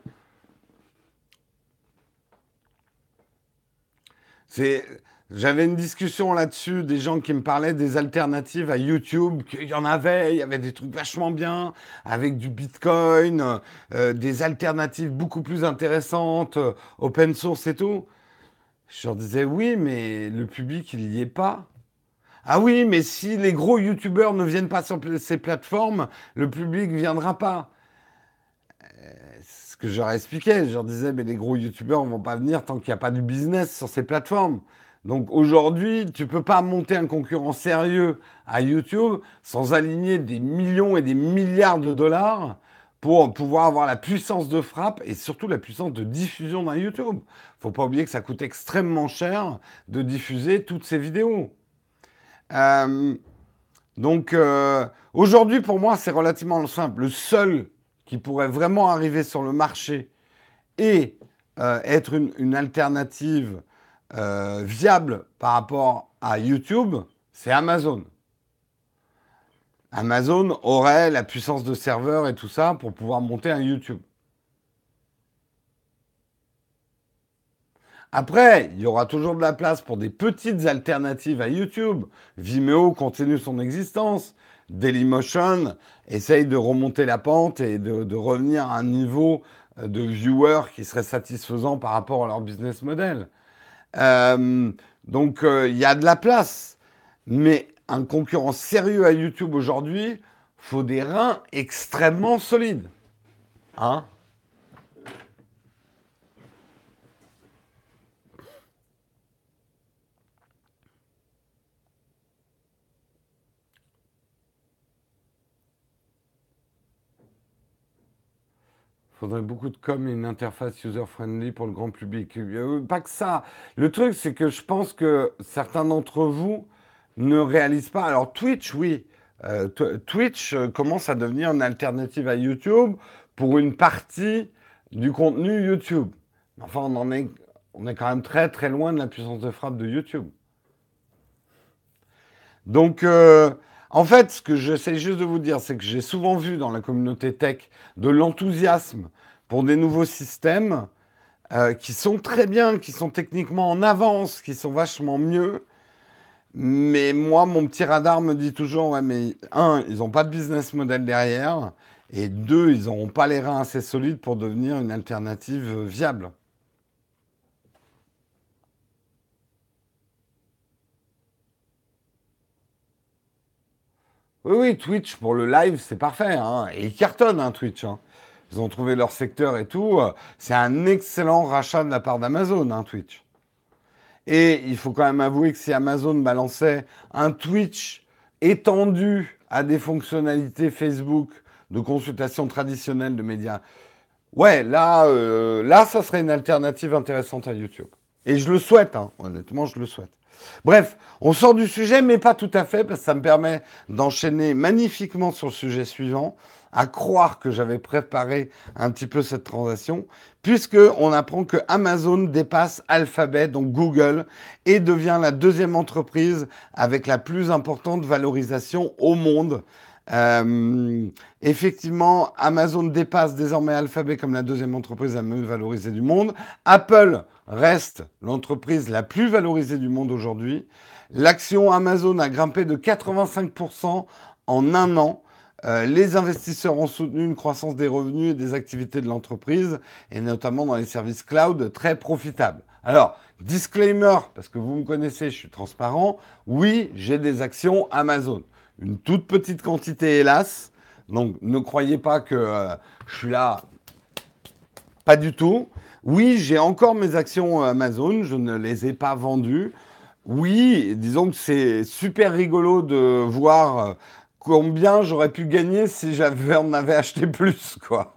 C'est, j'avais une discussion là-dessus, des gens qui me parlaient des alternatives à YouTube, qu'il y en avait, il y avait des trucs vachement bien, avec du Bitcoin, euh, des alternatives beaucoup plus intéressantes, euh, open source et tout. Je leur disais oui, mais le public, il n'y est pas. Ah oui, mais si les gros YouTubeurs ne viennent pas sur ces plateformes, le public ne viendra pas. C'est ce que je leur expliquais. Je leur disais, mais les gros youtubeurs ne vont pas venir tant qu'il n'y a pas du business sur ces plateformes. Donc aujourd'hui, tu ne peux pas monter un concurrent sérieux à YouTube sans aligner des millions et des milliards de dollars pour pouvoir avoir la puissance de frappe et surtout la puissance de diffusion d'un YouTube. Faut pas oublier que ça coûte extrêmement cher de diffuser toutes ces vidéos. Euh, donc euh, aujourd'hui, pour moi, c'est relativement simple. Le seul qui pourrait vraiment arriver sur le marché et euh, être une, une alternative euh, viable par rapport à YouTube, c'est Amazon. Amazon aurait la puissance de serveur et tout ça pour pouvoir monter un YouTube. Après, il y aura toujours de la place pour des petites alternatives à YouTube. Vimeo continue son existence. Dailymotion essaye de remonter la pente et de, de revenir à un niveau de viewers qui serait satisfaisant par rapport à leur business model. Euh, donc, euh, il y a de la place. Mais un concurrent sérieux à YouTube aujourd'hui, faut des reins extrêmement solides. Hein? Faudrait beaucoup de com et une interface user-friendly pour le grand public. Euh, pas que ça. Le truc, c'est que je pense que certains d'entre vous ne réalisent pas. Alors Twitch, oui. Euh, Twitch euh, commence à devenir une alternative à YouTube pour une partie du contenu YouTube. Enfin, on en est, on est quand même très très loin de la puissance de frappe de YouTube. Donc, euh, en fait, ce que j'essaie juste de vous dire, c'est que j'ai souvent vu dans la communauté tech de l'enthousiasme pour des nouveaux systèmes euh, qui sont très bien, qui sont techniquement en avance, qui sont vachement mieux. Mais moi, mon petit radar me dit toujours, ouais, mais un, ils n'ont pas de business model derrière, et deux, ils n'auront pas les reins assez solides pour devenir une alternative viable. Oui, oui, Twitch pour le live, c'est parfait, hein. Et ils cartonnent, hein, Twitch, hein. Ils ont trouvé leur secteur et tout. C'est un excellent rachat de la part d'Amazon, hein, Twitch. Et il faut quand même avouer que si Amazon balançait un Twitch étendu à des fonctionnalités Facebook de consultation traditionnelle de médias, ouais, là, euh, là, ça serait une alternative intéressante à YouTube. Et je le souhaite, hein, honnêtement, je le souhaite. Bref, on sort du sujet, mais pas tout à fait, parce que ça me permet d'enchaîner magnifiquement sur le sujet suivant, à croire que j'avais préparé un petit peu cette transaction, puisque on apprend que Amazon dépasse Alphabet, donc Google, et devient la deuxième entreprise avec la plus importante valorisation au monde, Euh, effectivement, Amazon dépasse désormais Alphabet comme la deuxième entreprise la mieux valorisée du monde. Apple reste l'entreprise la plus valorisée du monde aujourd'hui. L'action Amazon a grimpé de quatre-vingt-cinq pour cent en un an. Euh, les investisseurs ont soutenu une croissance des revenus et des activités de l'entreprise, et notamment dans les services cloud très profitables. Alors, disclaimer, parce que vous me connaissez, je suis transparent. Oui, j'ai des actions Amazon. Une toute petite quantité, hélas. Donc, ne croyez pas que euh, je suis là. Pas du tout. Oui, j'ai encore mes actions Amazon. Je ne les ai pas vendues. Oui, disons que c'est super rigolo de voir euh, combien j'aurais pu gagner si j'avais en avais acheté plus, quoi.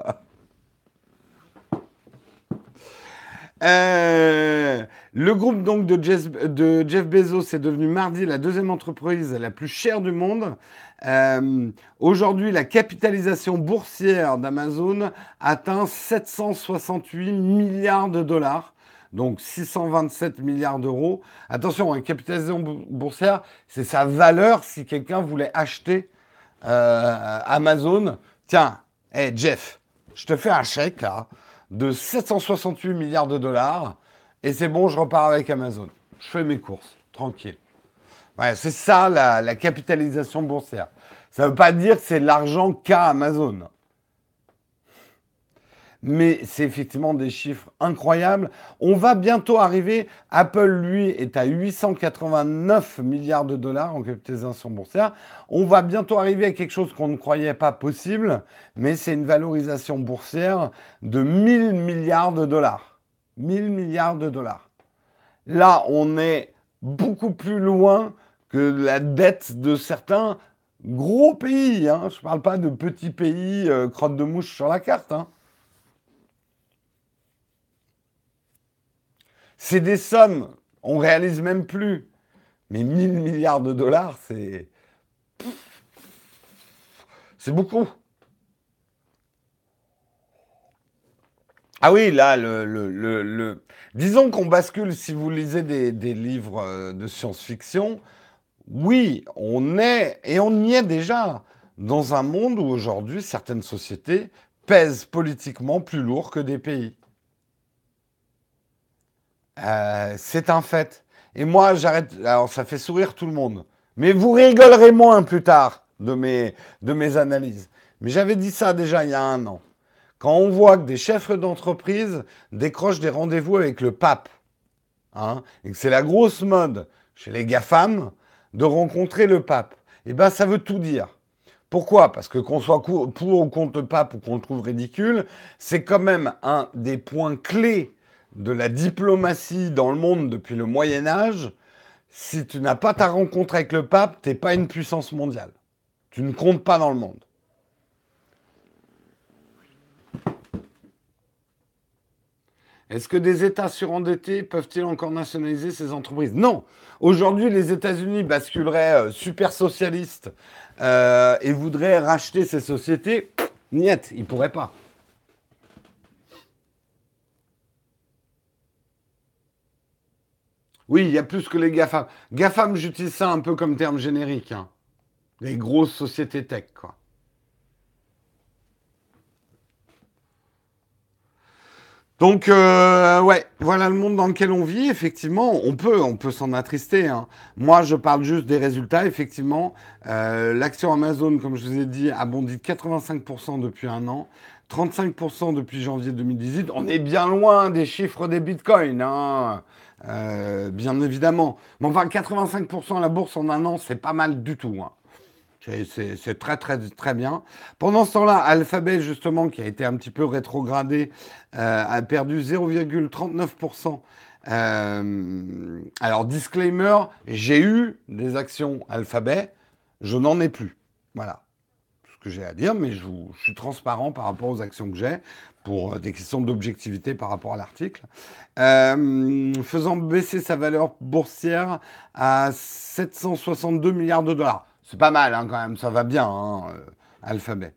Euh, le groupe donc de Jeff, de Jeff Bezos est devenu mardi la deuxième entreprise la plus chère du monde. Euh, Aujourd'hui, la capitalisation boursière d'Amazon atteint sept cent soixante-huit milliards de dollars, donc six cent vingt-sept milliards d'euros. Attention, une capitalisation boursière, c'est sa valeur si quelqu'un voulait acheter euh, Amazon. Tiens, hey Jeff, je te fais un chèque là de sept cent soixante-huit milliards de dollars et c'est bon, je repars avec Amazon. Je fais mes courses, tranquille. Ouais, c'est ça la, la capitalisation boursière. Ça ne veut pas dire que c'est l'argent qu'a Amazon. Mais c'est effectivement des chiffres incroyables. On va bientôt arriver. Apple, lui, est à huit cent quatre-vingt-neuf milliards de dollars en capitalisation boursière. On va bientôt arriver à quelque chose qu'on ne croyait pas possible, mais c'est une valorisation boursière de mille milliards de dollars. mille milliards de dollars. Là, on est beaucoup plus loin que la dette de certains gros pays. Hein. Je ne parle pas de petits pays euh, crotte de mouche sur la carte. Hein. C'est des sommes, on réalise même plus. Mais mille milliards de dollars, c'est... C'est beaucoup. Ah oui, là, le, le, le, le- disons qu'on bascule, si vous lisez des, des livres euh, de science-fiction, oui, on est, et on y est déjà, dans un monde où aujourd'hui, certaines sociétés pèsent politiquement plus lourd que des pays. Euh, c'est un fait. Et moi, j'arrête. Alors, ça fait sourire tout le monde. Mais vous rigolerez moins plus tard de mes, de mes analyses. Mais j'avais dit ça déjà il y a un an. Quand on voit que des chefs d'entreprise décrochent des rendez-vous avec le pape, hein, et que c'est la grosse mode chez les GAFAM de rencontrer le pape, eh ben, ça veut tout dire. Pourquoi? Parce que qu'on soit pour ou contre le pape ou qu'on le trouve ridicule, c'est quand même un des points clés de la diplomatie dans le monde depuis le Moyen Âge. Si tu n'as pas ta rencontre avec le pape, tu n'es pas une puissance mondiale. Tu ne comptes pas dans le monde. Est-ce que des États surendettés peuvent-ils encore nationaliser ces entreprises? Non. Aujourd'hui, les États-Unis basculeraient euh, super socialistes euh, et voudraient racheter ces sociétés. Niet, ils ne pourraient pas. Oui, il y a plus que les GAFAM. GAFAM, j'utilise ça un peu comme terme générique. Hein. Les grosses sociétés tech, quoi. Donc, euh, ouais, voilà le monde dans lequel on vit. Effectivement, on peut, on peut s'en attrister. Hein. Moi, je parle juste des résultats. Effectivement, euh, l'action Amazon, comme je vous ai dit, a bondi de quatre-vingt-cinq pour cent depuis un an, trente-cinq pour cent depuis janvier deux mille dix-huit. On est bien loin des chiffres des bitcoins, hein, euh, bien évidemment. Mais enfin, quatre-vingt-cinq pour cent à la bourse en un an, c'est pas mal du tout. Hein. C'est très, très, très bien. Pendant ce temps-là, Alphabet, justement, qui a été un petit peu rétrogradé, euh, a perdu zéro virgule trente-neuf pour cent. Euh, alors, disclaimer, j'ai eu des actions Alphabet, je n'en ai plus. Voilà ce que j'ai à dire, mais je, vous, je suis transparent par rapport aux actions que j'ai pour des questions d'objectivité par rapport à l'article. Euh, faisant baisser sa valeur boursière à sept cent soixante-deux milliards de dollars. C'est pas mal hein, quand même, ça va bien, hein, euh, Alphabet.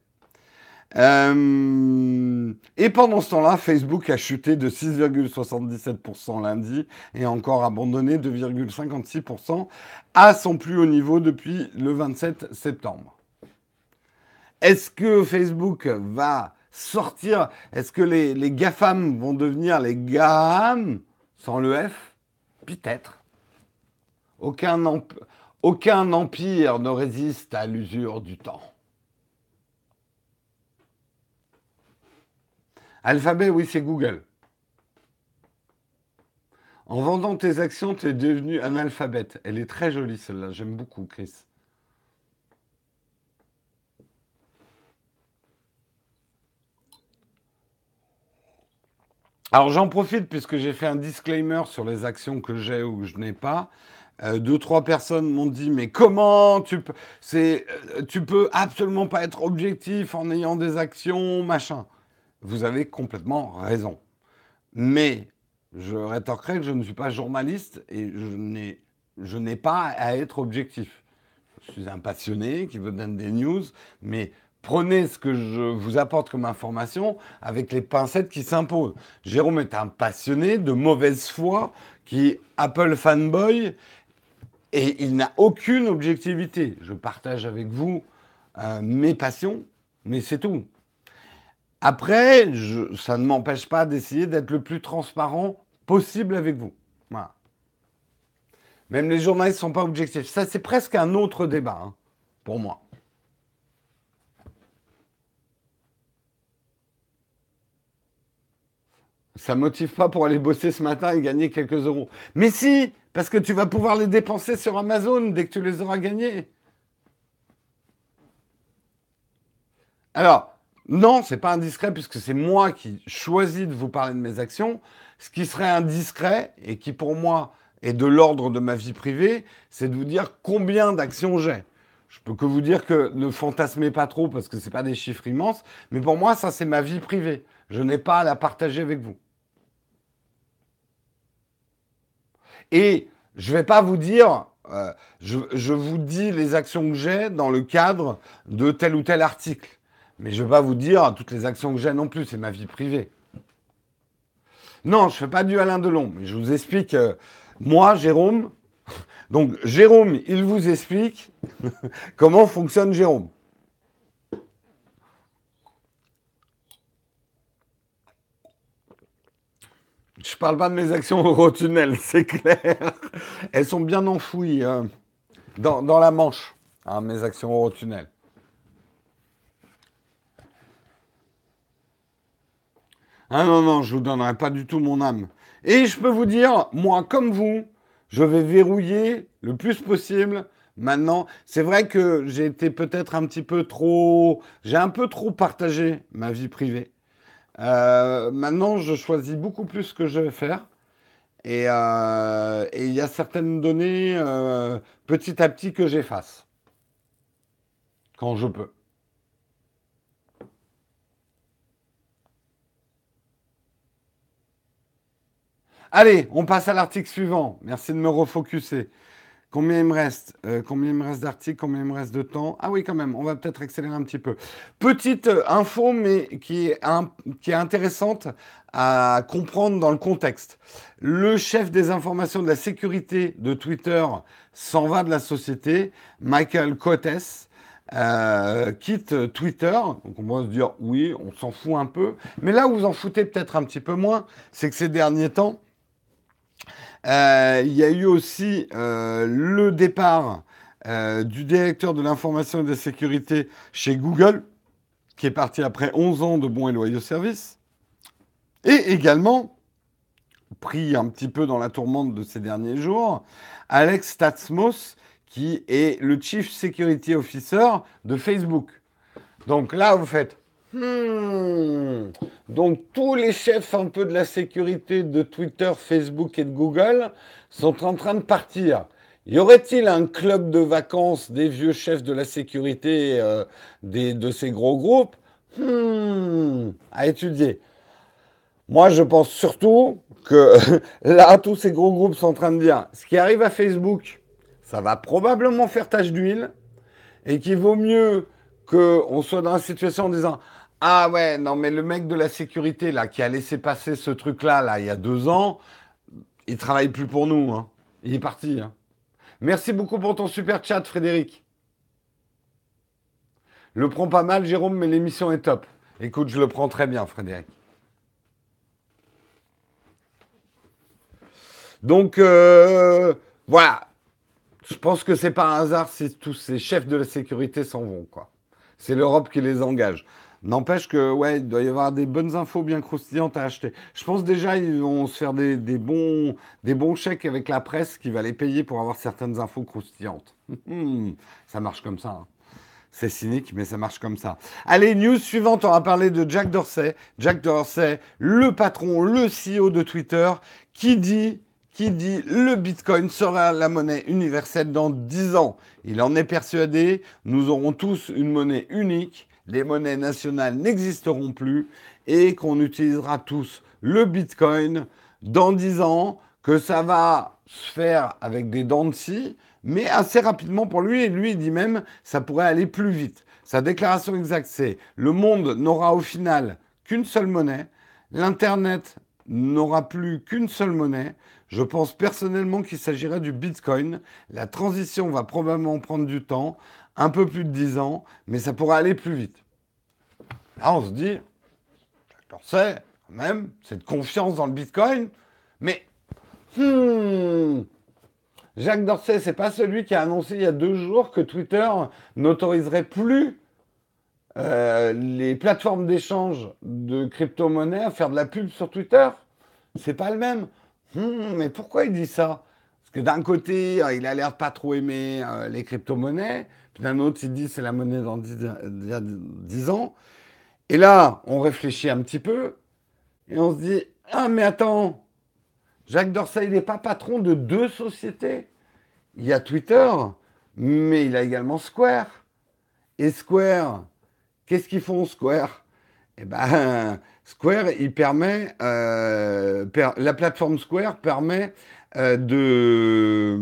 Euh, et pendant ce temps-là, Facebook a chuté de six virgule soixante-dix-sept pour cent lundi et a encore abandonné deux virgule cinquante-six pour cent à son plus haut niveau depuis le vingt-sept septembre. Est-ce que Facebook va sortir? Est-ce que les, les GAFAM vont devenir les GAM sans le F? Peut-être. Aucun, emp- aucun empire ne résiste à l'usure du temps. Alphabet, oui, c'est Google. En vendant tes actions, tu es devenu analphabète. Elle est très jolie, celle-là. J'aime beaucoup, Chris. Alors, j'en profite puisque j'ai fait un disclaimer sur les actions que j'ai ou que je n'ai pas. Euh, deux, trois personnes m'ont dit, mais comment tu peux, c'est, euh, tu peux absolument pas être objectif en ayant des actions, machin. Vous avez complètement raison. Mais je rétorquerai que je ne suis pas journaliste et je n'ai, je n'ai pas à être objectif. Je suis un passionné qui vous donne des news, mais prenez ce que je vous apporte comme information avec les pincettes qui s'imposent. Jérôme est un passionné de mauvaise foi qui est Apple fanboy et il n'a aucune objectivité. Je partage avec vous euh, mes passions, mais c'est tout. Après, je, ça ne m'empêche pas d'essayer d'être le plus transparent possible avec vous. Voilà. Même les journalistes ne sont pas objectifs. Ça, c'est presque un autre débat, hein, pour moi. Ça ne motive pas pour aller bosser ce matin et gagner quelques euros. Mais si, parce que tu vas pouvoir les dépenser sur Amazon dès que tu les auras gagnés. Alors, non, c'est pas indiscret puisque c'est moi qui choisis de vous parler de mes actions. Ce qui serait indiscret et qui pour moi est de l'ordre de ma vie privée, c'est de vous dire combien d'actions j'ai. Je peux que vous dire que ne fantasmez pas trop parce que c'est pas des chiffres immenses, mais pour moi ça c'est ma vie privée. Je n'ai pas à la partager avec vous. Et je ne vais pas vous dire, euh, je, je vous dis les actions que j'ai dans le cadre de tel ou tel article. Mais je ne vais pas vous dire toutes les actions que j'ai non plus, c'est ma vie privée. Non, je ne fais pas du Alain Delon, mais je vous explique, euh, moi, Jérôme, donc Jérôme, il vous explique comment fonctionne Jérôme. Je ne parle pas de mes actions Eurotunnel, c'est clair. Elles sont bien enfouies euh, dans, dans la Manche, hein, mes actions Eurotunnel. Ah non, non, je vous donnerai pas du tout mon âme. Et je peux vous dire, moi, comme vous, je vais verrouiller le plus possible. Maintenant, c'est vrai que j'ai été peut-être un petit peu trop... J'ai un peu trop partagé ma vie privée. Euh, maintenant, je choisis beaucoup plus ce que je vais faire. Et euh, et il y a certaines données, euh, petit à petit, que j'efface, quand je peux. Allez, on passe à l'article suivant. Merci de me refocuser. Combien il me reste euh, Combien il me reste d'articles? Combien il me reste de temps? Ah oui, quand même, on va peut-être accélérer un petit peu. Petite euh, info, mais qui est, un- qui est intéressante à comprendre dans le contexte. Le chef des informations de la sécurité de Twitter s'en va de la société, Michael Cotes. Euh, quitte Twitter, donc on va se dire oui, on s'en fout un peu, mais là où vous en foutez peut-être un petit peu moins, c'est que ces derniers temps, euh, il y a eu aussi euh, le départ euh, du directeur de l'information et de la sécurité chez Google, qui est parti après onze ans de bons et loyaux services, et également, pris un petit peu dans la tourmente de ces derniers jours, Alex Statsmos, qui est le Chief Security Officer de Facebook. Donc là, vous faites... Hmm. Donc tous les chefs un peu de la sécurité de Twitter, Facebook et de Google sont en train de partir. Y aurait-il un club de vacances des vieux chefs de la sécurité euh, des, de ces gros groupes? Hmm. À étudier. Moi, je pense surtout que là, tous ces gros groupes sont en train de dire, ce qui arrive à Facebook, ça va probablement faire tache d'huile et qu'il vaut mieux qu'on soit dans la situation en disant ah ouais, non, mais le mec de la sécurité là, qui a laissé passer ce truc-là là, il y a deux ans, il travaille plus pour nous. Hein. Il est parti. Hein. Merci beaucoup pour ton super chat, Frédéric. Le prends pas mal, Jérôme, mais l'émission est top. Écoute, je le prends très bien, Frédéric. Donc, euh, voilà. Je pense que c'est pas un hasard si tous ces chefs de la sécurité s'en vont, quoi. C'est l'Europe qui les engage. N'empêche que, ouais, il doit y avoir des bonnes infos bien croustillantes à acheter. Je pense déjà ils vont se faire des, des bons, des bons chèques avec la presse qui va les payer pour avoir certaines infos croustillantes. Ça marche comme ça, hein. C'est cynique, mais ça marche comme ça. Allez, news suivante, on va parler de Jack Dorsey. Jack Dorsey, le patron, le C E O de Twitter, qui dit, qui dit le Bitcoin sera la monnaie universelle dans dix ans. Il en est persuadé, nous aurons tous une monnaie unique, les monnaies nationales n'existeront plus et qu'on utilisera tous le Bitcoin dans dix ans, que ça va se faire avec des dents de scie, mais assez rapidement pour lui, et lui il dit même ça pourrait aller plus vite. Sa déclaration exacte, c'est le monde n'aura au final qu'une seule monnaie, l'Internet n'aura plus qu'une seule monnaie. Je pense personnellement qu'il s'agirait du Bitcoin. La transition va probablement prendre du temps, un peu plus de dix ans, mais ça pourrait aller plus vite. Là, on se dit, j'en sais, quand même, cette confiance dans le Bitcoin, mais hmm, Jack Dorsey, c'est pas celui qui a annoncé il y a deux jours que Twitter n'autoriserait plus euh, les plateformes d'échange de crypto-monnaies à faire de la pub sur Twitter. C'est pas le même. Hmm, mais pourquoi il dit ça? Parce que d'un côté, euh, il a l'air de pas trop aimer euh, les crypto-monnaies, puis d'un autre, il dit c'est la monnaie dans dix ans. Et là, on réfléchit un petit peu et on se dit ah mais attends, Jack Dorsey, il n'est pas patron de deux sociétés. Il y a Twitter, mais il a également Square. Et Square, qu'est-ce qu'ils font Square? Eh ben, Square, il permet, euh, per, la plateforme Square permet euh, de,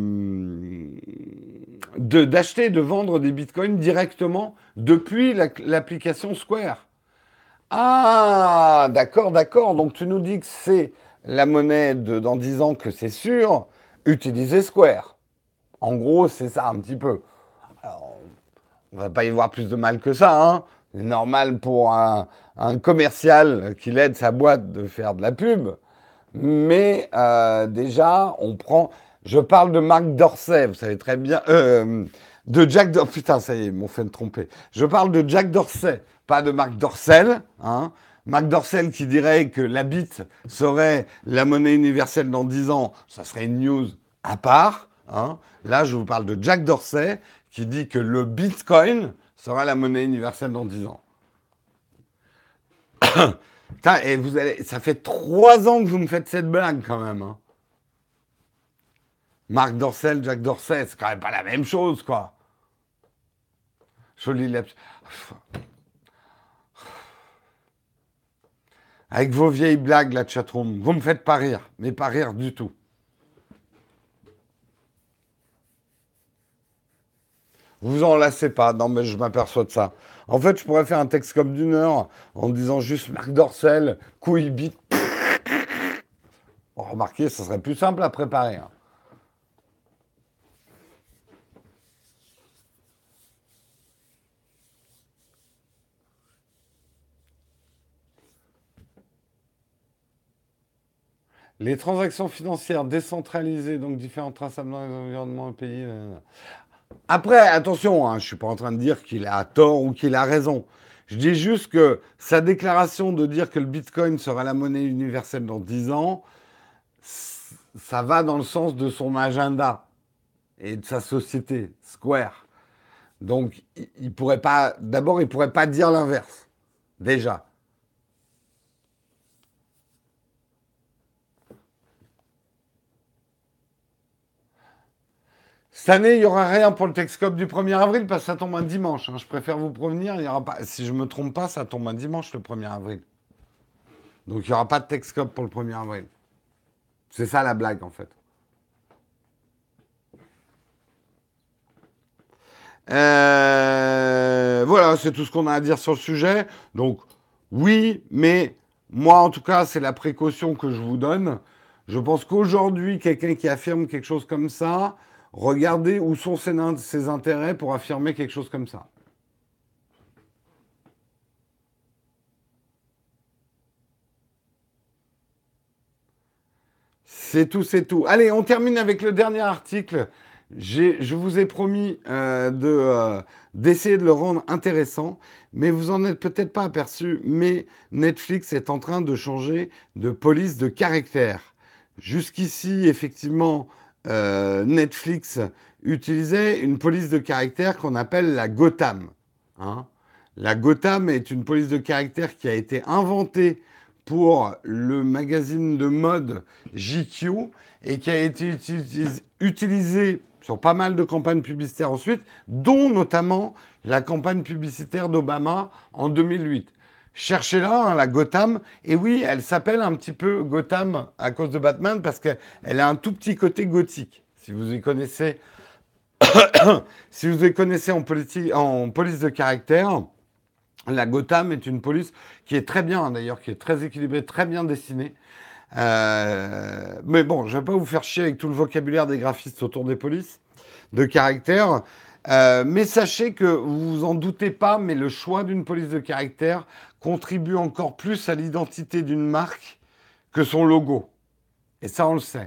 de, d'acheter, de vendre des bitcoins directement depuis la, l'application Square. Ah, d'accord, d'accord. Donc tu nous dis que c'est la monnaie de, dans dix ans que c'est sûr, utiliser Square. En gros, c'est ça un petit peu. Alors, on va pas y voir plus de mal que ça, hein. C'est normal pour un, un commercial qui aide sa boîte de faire de la pub. Mais euh, déjà, on prend... Je parle de Marc Dorsey, vous savez très bien... Euh, de Jack Dorsey... Putain, ça y est, ils m'ont fait me tromper. Je parle de Jack Dorsey, pas de Marc Dorcel, hein. Marc Dorcel qui dirait que la bit serait la monnaie universelle dans dix ans, ça serait une news à part, hein. Là, je vous parle de Jack Dorsey qui dit que le Bitcoin sera la monnaie universelle dans dix ans. Putain, et vous allez, ça fait trois ans que vous me faites cette blague quand même, hein. Marc Dorcel, Jack Dorsey, c'est quand même pas la même chose, quoi. Je lis la... Avec vos vieilles blagues, la chatroom, vous me faites pas rire, mais pas rire du tout. Vous en lassez pas, non mais je m'aperçois de ça. En fait, je pourrais faire un texte comme d'une heure en disant juste Marc Dorcel, couille bite. Bon, remarquez, ça serait plus simple à préparer, hein. Les transactions financières décentralisées, donc différentes traçables dans les environnements et pays. Après, attention, hein, je ne suis pas en train de dire qu'il a tort ou qu'il a raison. Je dis juste que sa déclaration de dire que le Bitcoin sera la monnaie universelle dans dix ans, ça va dans le sens de son agenda et de sa société, Square. Donc, il pourrait pas. D'abord, il pourrait pas dire l'inverse. Déjà. Cette année, il n'y aura rien pour le Texcope du premier avril parce que ça tombe un dimanche, hein. Je préfère vous prévenir, il y aura pas. Si je ne me trompe pas, ça tombe un dimanche le premier avril. Donc il n'y aura pas de Texcope pour le premier avril. C'est ça la blague en fait. Euh, voilà, c'est tout ce qu'on a à dire sur le sujet. Donc oui, mais moi en tout cas, c'est la précaution que je vous donne. Je pense qu'aujourd'hui, quelqu'un qui affirme quelque chose comme ça, regardez où sont ses, ses intérêts pour affirmer quelque chose comme ça. C'est tout, c'est tout. Allez, on termine avec le dernier article. J'ai, je vous ai promis euh, de, euh, d'essayer de le rendre intéressant, mais vous en êtes peut-être pas aperçu, mais Netflix est en train de changer de police de caractère. Jusqu'ici, effectivement, euh, Netflix utilisait une police de caractère qu'on appelle la Gotham. Hein. La Gotham est une police de caractère qui a été inventée pour le magazine de mode J Q et qui a été utilis- utilisée sur pas mal de campagnes publicitaires ensuite, dont notamment la campagne publicitaire d'Obama en deux mille huit. Cherchez-la, hein, la Gotham. Et oui, elle s'appelle un petit peu Gotham à cause de Batman parce qu'elle a un tout petit côté gothique. Si vous y connaissez, si vous y connaissez en, politi- en police de caractère, la Gotham est une police qui est très bien, d'ailleurs, qui est très équilibrée, très bien dessinée. Euh, mais bon, je ne vais pas vous faire chier avec tout le vocabulaire des graphistes autour des polices de caractère. Euh, mais sachez que vous vous en doutez pas, mais le choix d'une police de caractère contribue encore plus à l'identité d'une marque que son logo. Et ça, on le sait.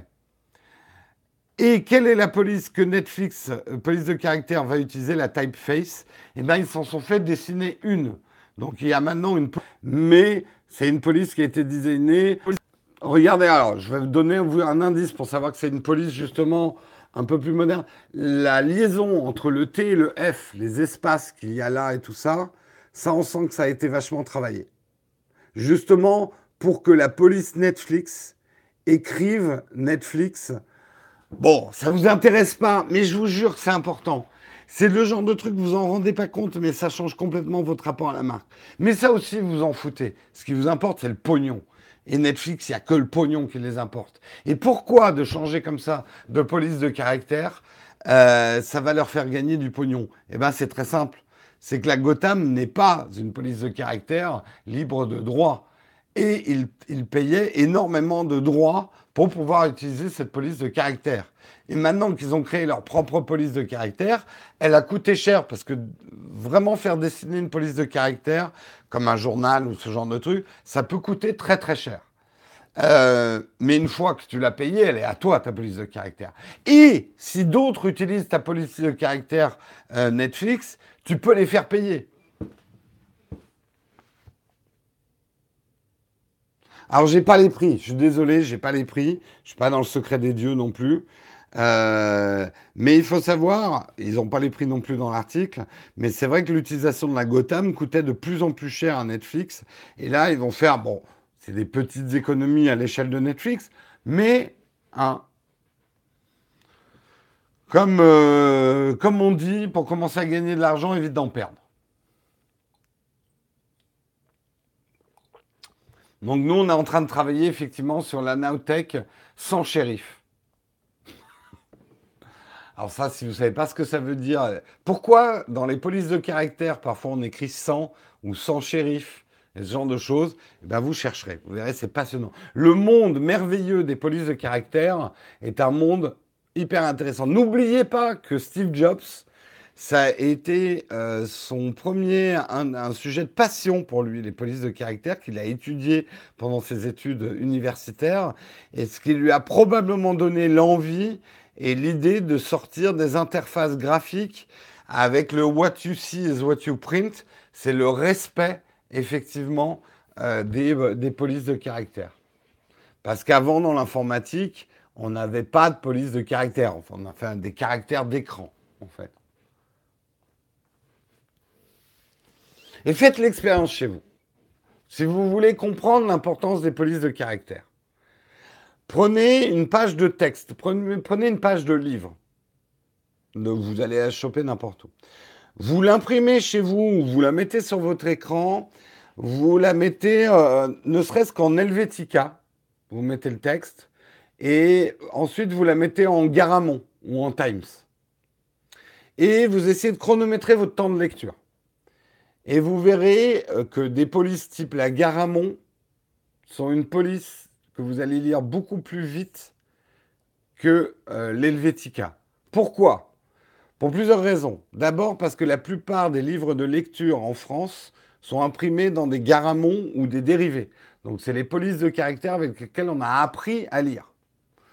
Et quelle est la police que Netflix, euh, police de caractère, va utiliser, la typeface? Eh bien, ils s'en sont fait dessiner une. Donc, il y a maintenant une... Mais c'est une police qui a été designée... Regardez, alors, je vais vous donner un indice pour savoir que c'est une police, justement, un peu plus moderne. La liaison entre le T et le F, les espaces qu'il y a là et tout ça, ça, on sent que ça a été vachement travaillé. Justement, pour que la police Netflix écrive Netflix... Bon, ça vous intéresse pas, mais je vous jure que c'est important. C'est le genre de truc, vous en rendez pas compte, mais ça change complètement votre rapport à la marque. Mais ça aussi, vous en foutez. Ce qui vous importe, c'est le pognon. Et Netflix, il n'y a que le pognon qui les importe. Et pourquoi de changer comme ça de police de caractère, euh, ça va leur faire gagner du pognon? Eh bien, c'est très simple. C'est que la Gotham n'est pas une police de caractère libre de droit. Et ils, ils payaient énormément de droits pour pouvoir utiliser cette police de caractère. Et maintenant qu'ils ont créé leur propre police de caractère, elle a coûté cher parce que vraiment faire dessiner une police de caractère, comme un journal ou ce genre de truc, ça peut coûter très très cher. Euh, mais une fois que tu l'as payée, elle est à toi, ta police de caractère. Et si d'autres utilisent ta police de caractère euh, Netflix, tu peux les faire payer. Alors, j'ai pas les prix. Je suis désolé, j'ai pas les prix. Je suis pas dans le secret des dieux non plus. Euh, mais il faut savoir, ils n'ont pas les prix non plus dans l'article, mais c'est vrai que l'utilisation de la Gotham coûtait de plus en plus cher à Netflix. Et là, ils vont faire, bon, c'est des petites économies à l'échelle de Netflix, mais hein, comme, euh, comme on dit, pour commencer à gagner de l'argent, évite d'en perdre. Donc nous, on est en train de travailler effectivement sur la Nowtech sans shérif. Alors ça, si vous ne savez pas ce que ça veut dire, pourquoi dans les polices de caractère, parfois on écrit sans ou sans shérif, et ce genre de choses, eh ben vous chercherez. Vous verrez, c'est passionnant. Le monde merveilleux des polices de caractère est un monde hyper intéressant. N'oubliez pas que Steve Jobs, ça a été euh, son premier, un, un sujet de passion pour lui, les polices de caractère, qu'il a étudié pendant ses études universitaires, et ce qui lui a probablement donné l'envie et l'idée de sortir des interfaces graphiques avec le what you see is what you print, c'est le respect, effectivement, euh, des, des polices de caractère. Parce qu'avant, dans l'informatique, on n'avait pas de police de caractère. Enfin, on a fait des caractères d'écran, en fait. Et faites l'expérience chez vous. Si vous voulez comprendre l'importance des polices de caractère, prenez une page de texte, prenez, prenez une page de livre. Vous allez la choper n'importe où. Vous l'imprimez chez vous, vous la mettez sur votre écran, vous la mettez euh, ne serait-ce qu'en Helvetica, vous mettez le texte, et ensuite vous la mettez en Garamond ou en Times. Et vous essayez de chronométrer votre temps de lecture. Et vous verrez que des polices type la Garamond sont une police que vous allez lire beaucoup plus vite que euh, l'Helvetica. Pourquoi? Pour plusieurs raisons. D'abord parce que la plupart des livres de lecture en France sont imprimés dans des Garamond ou des dérivés. Donc c'est les polices de caractère avec lesquelles on a appris à lire.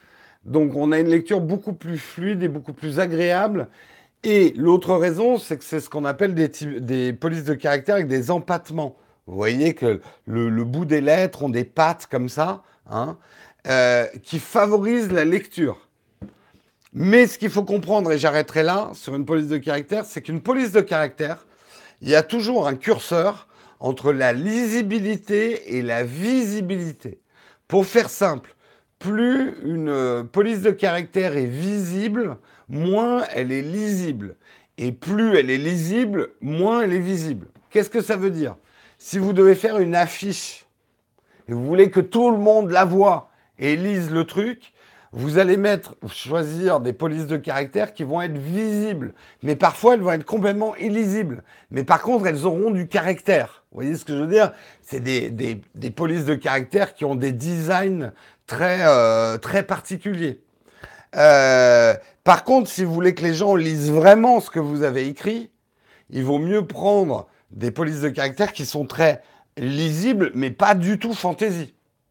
Donc on a une lecture beaucoup plus fluide et beaucoup plus agréable. Et l'autre raison, c'est que c'est ce qu'on appelle des, ty- des polices de caractère avec des empattements. Vous voyez que le, le bout des lettres ont des pattes comme ça, hein, euh, qui favorisent la lecture. Mais ce qu'il faut comprendre, et j'arrêterai là sur une police de caractère, c'est qu'une police de caractère, il y a toujours un curseur entre la lisibilité et la visibilité. Pour faire simple, plus une euh, police de caractère est visible, moins elle est lisible. Et plus elle est lisible, moins elle est visible. Qu'est-ce que ça veut dire? Si vous devez faire une affiche et vous voulez que tout le monde la voie et lise le truc, vous allez mettre, choisir des polices de caractère qui vont être visibles. Mais parfois, elles vont être complètement illisibles. Mais par contre, elles auront du caractère. Vous voyez ce que je veux dire? C'est des, des, des polices de caractère qui ont des designs très, euh, très particuliers. Euh, par contre, si vous voulez que les gens lisent vraiment ce que vous avez écrit, il vaut mieux prendre des polices de caractère qui sont très lisibles, mais pas du tout fantaisie.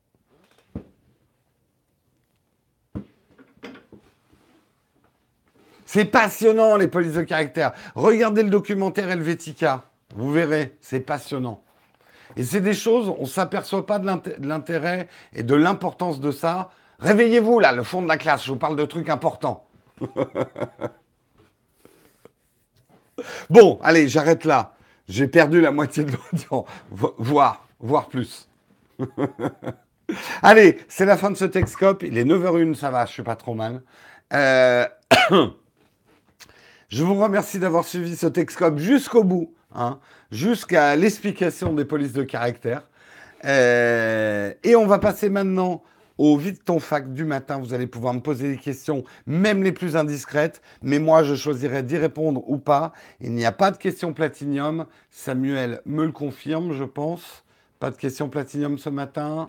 C'est passionnant, les polices de caractère. Regardez le documentaire Helvetica. Vous verrez, c'est passionnant. Et c'est des choses, on ne s'aperçoit pas de l'intérêt et de l'importance de ça. Réveillez-vous, là, le fond de la classe. Je vous parle de trucs importants. Bon, allez, j'arrête là. J'ai perdu la moitié de l'audience. Voire, voire plus. Allez, c'est la fin de ce Texcope. Il est neuf heures zéro un, ça va, je suis pas trop mal. Euh... Je vous remercie d'avoir suivi ce Texcope jusqu'au bout, hein, jusqu'à l'explication des polices de caractère. Euh, et on va passer maintenant au vite ton fac du matin. Vous allez pouvoir me poser des questions, même les plus indiscrètes. Mais moi, je choisirai d'y répondre ou pas. Il n'y a pas de questions platinium. Samuel me le confirme, je pense. Pas de questions platinium ce matin.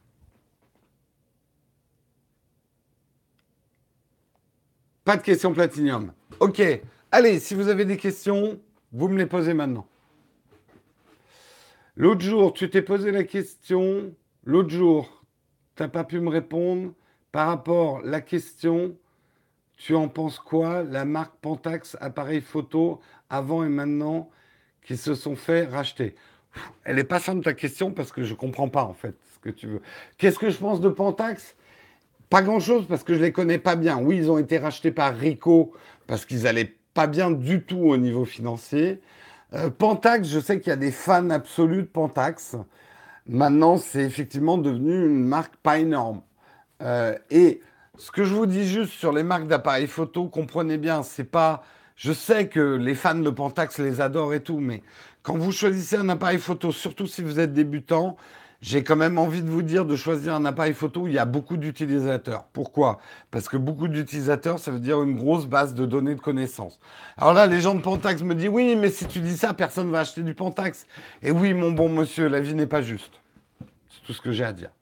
Pas de questions platinium. Ok. Allez, si vous avez des questions, vous me les posez maintenant. L'autre jour, tu t'es posé la question. L'autre jour, tu n'as pas pu me répondre. Par rapport à la question, tu en penses quoi? La marque Pentax, appareil photo, avant et maintenant, qui se sont fait racheter. Elle n'est pas simple ta question parce que je ne comprends pas en fait ce que tu veux. Qu'est-ce que je pense de Pentax? Pas grand-chose parce que je les connais pas bien. Oui, ils ont été rachetés par Ricoh parce qu'ils allaient pas bien du tout au niveau financier. Euh, Pentax, je sais qu'il y a des fans absolus de Pentax. Maintenant, c'est effectivement devenu une marque pas énorme. Euh, et ce que je vous dis juste sur les marques d'appareils photo, comprenez bien, c'est pas. Je sais que les fans de Pentax les adorent et tout, mais quand vous choisissez un appareil photo, surtout si vous êtes débutant, j'ai quand même envie de vous dire de choisir un appareil photo où il y a beaucoup d'utilisateurs. Pourquoi? Parce que beaucoup d'utilisateurs, ça veut dire une grosse base de données de connaissances. Alors là, les gens de Pentax me disent, oui, mais si tu dis ça, personne ne va acheter du Pentax. Et oui, mon bon monsieur, la vie n'est pas juste. C'est tout ce que j'ai à dire.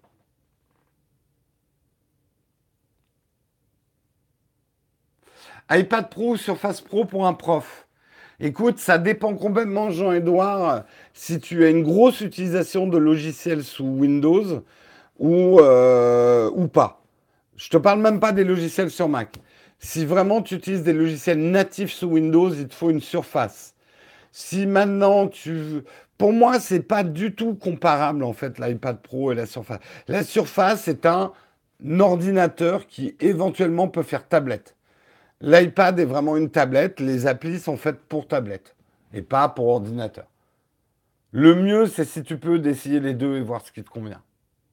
iPad Pro ou Surface Pro pour un prof? Écoute, ça dépend complètement, Jean-Edouard, si tu as une grosse utilisation de logiciels sous Windows ou, euh, ou pas. Je te parle même pas des logiciels sur Mac. Si vraiment tu utilises des logiciels natifs sous Windows, il te faut une Surface. Si maintenant tu... Pour moi, c'est pas du tout comparable en fait l'iPad Pro et la Surface. La Surface est un ordinateur qui éventuellement peut faire tablette. L'iPad est vraiment une tablette. Les applis sont faites pour tablette et pas pour ordinateur. Le mieux, c'est si tu peux d'essayer les deux et voir ce qui te convient.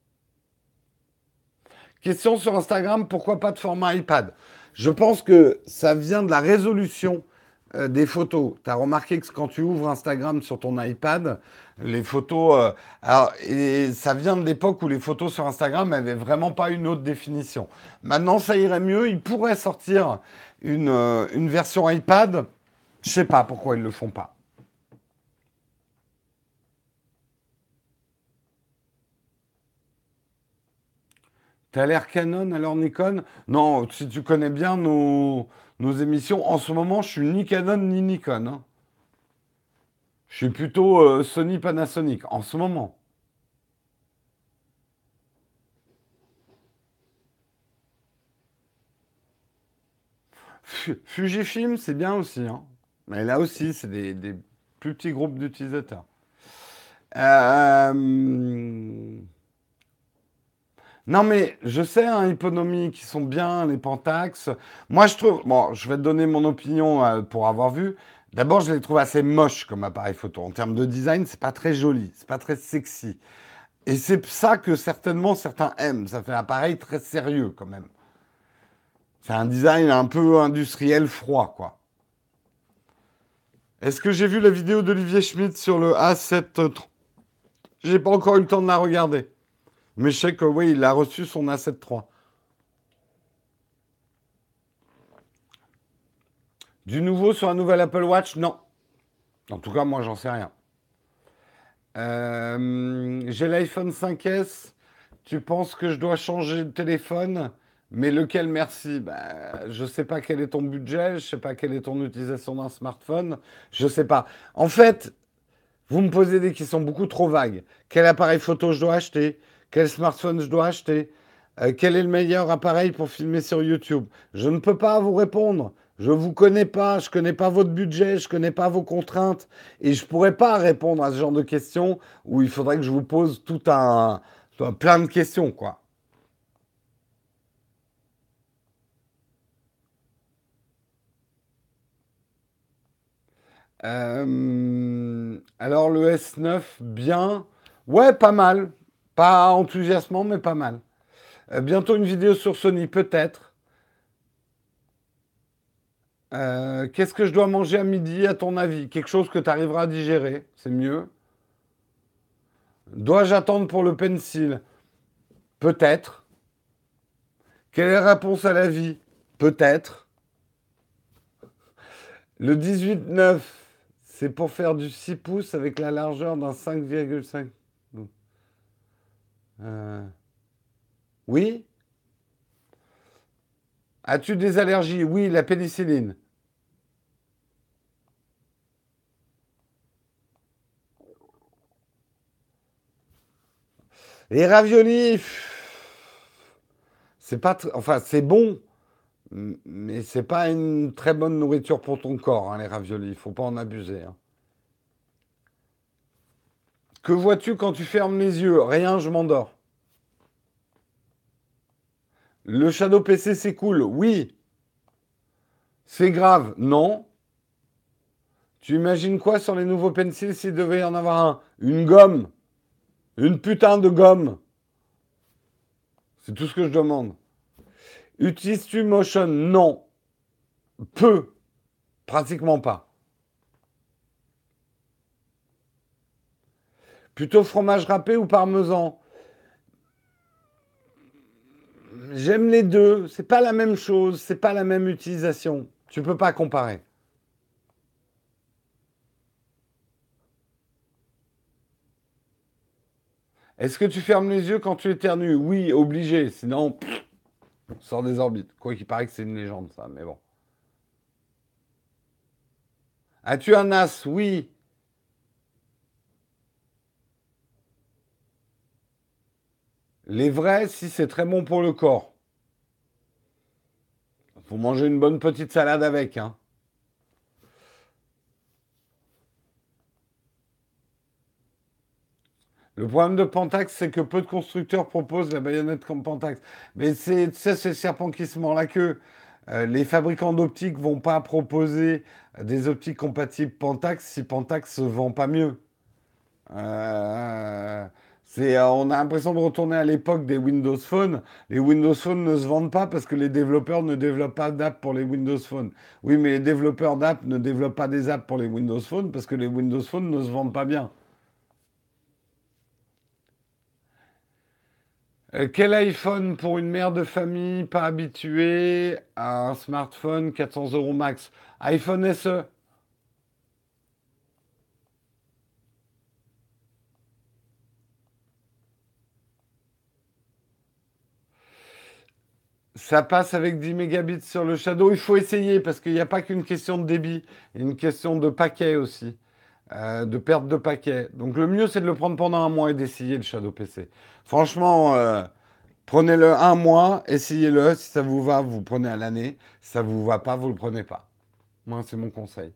Question sur Instagram, pourquoi pas de format iPad? Je pense que ça vient de la résolution euh, des photos. Tu as remarqué que quand tu ouvres Instagram sur ton iPad, les photos... euh, alors, et ça vient de l'époque où les photos sur Instagram n'avaient vraiment pas une haute définition. Maintenant, ça irait mieux. Ils pourraient sortir une, euh, une version iPad. Je sais pas pourquoi ils le font pas. T'as l'air Canon alors Nikon? Non, si tu connais bien nos, nos émissions, en ce moment, je suis ni Canon ni Nikon, hein. Je suis plutôt euh, Sony Panasonic en ce moment. Fujifilm, c'est bien aussi, hein. Mais là aussi, c'est des, des plus petits groupes d'utilisateurs. Euh, Non, mais je sais, hein, Hyponomie, qui sont bien, les Pentax. Moi, je trouve. Bon, je vais te donner mon opinion euh, pour avoir vu. D'abord, je les trouve assez moches comme appareil photo. En termes de design, c'est pas très joli, c'est pas très sexy. Et c'est ça que certainement certains aiment. Ça fait un appareil très sérieux quand même. C'est un design un peu industriel froid, quoi. Est-ce que j'ai vu la vidéo d'Olivier Schmitt sur le A sept? J'ai pas encore eu le temps de la regarder. Mais je sais que oui, il a reçu son A sept trois. Du nouveau sur un nouvel Apple Watch? Non. En tout cas, moi, j'en sais rien. Euh, j'ai l'iPhone cinq S. Tu penses que je dois changer de téléphone? Mais lequel, merci? Bah, je sais pas quel est ton budget, je sais pas quelle est ton utilisation d'un smartphone, je sais pas. En fait, vous me posez des questions beaucoup trop vagues. Quel appareil photo je dois acheter? Quel smartphone je dois acheter? Euh, quel est le meilleur appareil pour filmer sur YouTube? Je ne peux pas vous répondre. Je ne vous connais pas, je ne connais pas votre budget, je ne connais pas vos contraintes. Et je ne pourrais pas répondre à ce genre de questions où il faudrait que je vous pose tout un, tout un- plein de questions, quoi. Euh, alors le S neuf, bien. Ouais, pas mal. Pas enthousiasmant, mais pas mal. Euh, bientôt une vidéo sur Sony, peut-être. Euh, qu'est-ce que je dois manger à midi, à ton avis? Quelque chose que tu arriveras à digérer, c'est mieux. Dois-je attendre pour le pencil? Peut-être. Quelle est la réponse à la vie? Peut-être. Le dix-huit neuf, c'est pour faire du six pouces avec la largeur d'un cinq virgule cinq. Euh, oui. As-tu des allergies? Oui, la pénicilline. Les raviolis, c'est pas, tr- enfin, c'est bon, mais c'est pas une très bonne nourriture pour ton corps, hein, les raviolis. Il faut pas en abuser, hein. Que vois-tu quand tu fermes les yeux? Rien, je m'endors. Le Shadow P C, c'est cool. Oui. C'est grave. Non. Tu imagines quoi sur les nouveaux pencils s'il devait y en avoir un? Une gomme. Une putain de gomme. C'est tout ce que je demande. Utilises-tu Motion? Non. Peu. Pratiquement pas. Plutôt fromage râpé ou parmesan? J'aime les deux. C'est pas la même chose. C'est pas la même utilisation. Tu peux pas comparer. Est-ce que tu fermes les yeux quand tu éternues? Oui, obligé. Sinon, pff, on sort des orbites. Quoi qu'il paraît que c'est une légende, ça. Mais bon. As-tu un as? Oui. Les vrais, si c'est très bon pour le corps. Faut manger une bonne petite salade avec, hein. Le problème de Pentax, c'est que peu de constructeurs proposent la baïonnette comme Pentax. Mais c'est ça, c'est le serpent qui se mord la queue. Euh, les fabricants d'optiques vont pas proposer des optiques compatibles Pentax si Pentax se vend pas mieux. Euh, c'est, euh, on a l'impression de retourner à l'époque des Windows Phone. Les Windows Phone ne se vendent pas parce que les développeurs ne développent pas d'app pour les Windows Phone. Oui, mais les développeurs d'app ne développent pas des apps pour les Windows Phone parce que les Windows Phone ne se vendent pas bien. Euh, quel iPhone pour une mère de famille pas habituée à un smartphone quatre cents euros max? iPhone S E. Ça passe avec dix mégabits sur le Shadow. Il faut essayer parce qu'il n'y a pas qu'une question de débit, il y a une question de paquet aussi, euh, de perte de paquet. Donc le mieux, c'est de le prendre pendant un mois et d'essayer le Shadow P C. Franchement, euh, Prenez-le un mois, essayez-le. Si ça vous va, vous prenez à l'année. Si ça vous va pas, vous le prenez pas. Moi, c'est mon conseil.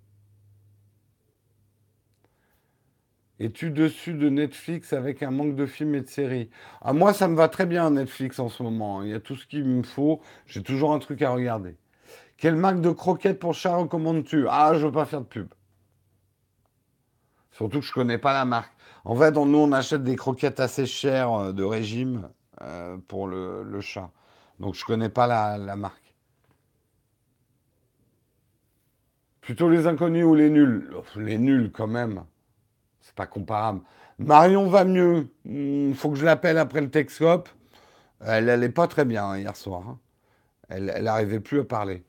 Es-tu dessus de Netflix avec un manque de films et de séries? Ah, moi, ça me va très bien Netflix en ce moment. Il y a tout ce qu'il me faut. J'ai toujours un truc à regarder. Quelle marque de croquettes pour chat recommandes-tu? Ah, je veux pas faire de pub. Surtout que je connais pas la marque. En fait, on- nous, on achète des croquettes assez chères euh, de régime euh, pour le, le chat. Donc, je connais pas la, la marque. Plutôt les inconnus ou les nuls? Les nuls, quand même. C'est pas comparable. Marion va mieux. Il faut que je l'appelle après le Texcope. Elle n'allait pas très bien hein, hier soir. hein. Elle, elle arrivait plus à parler.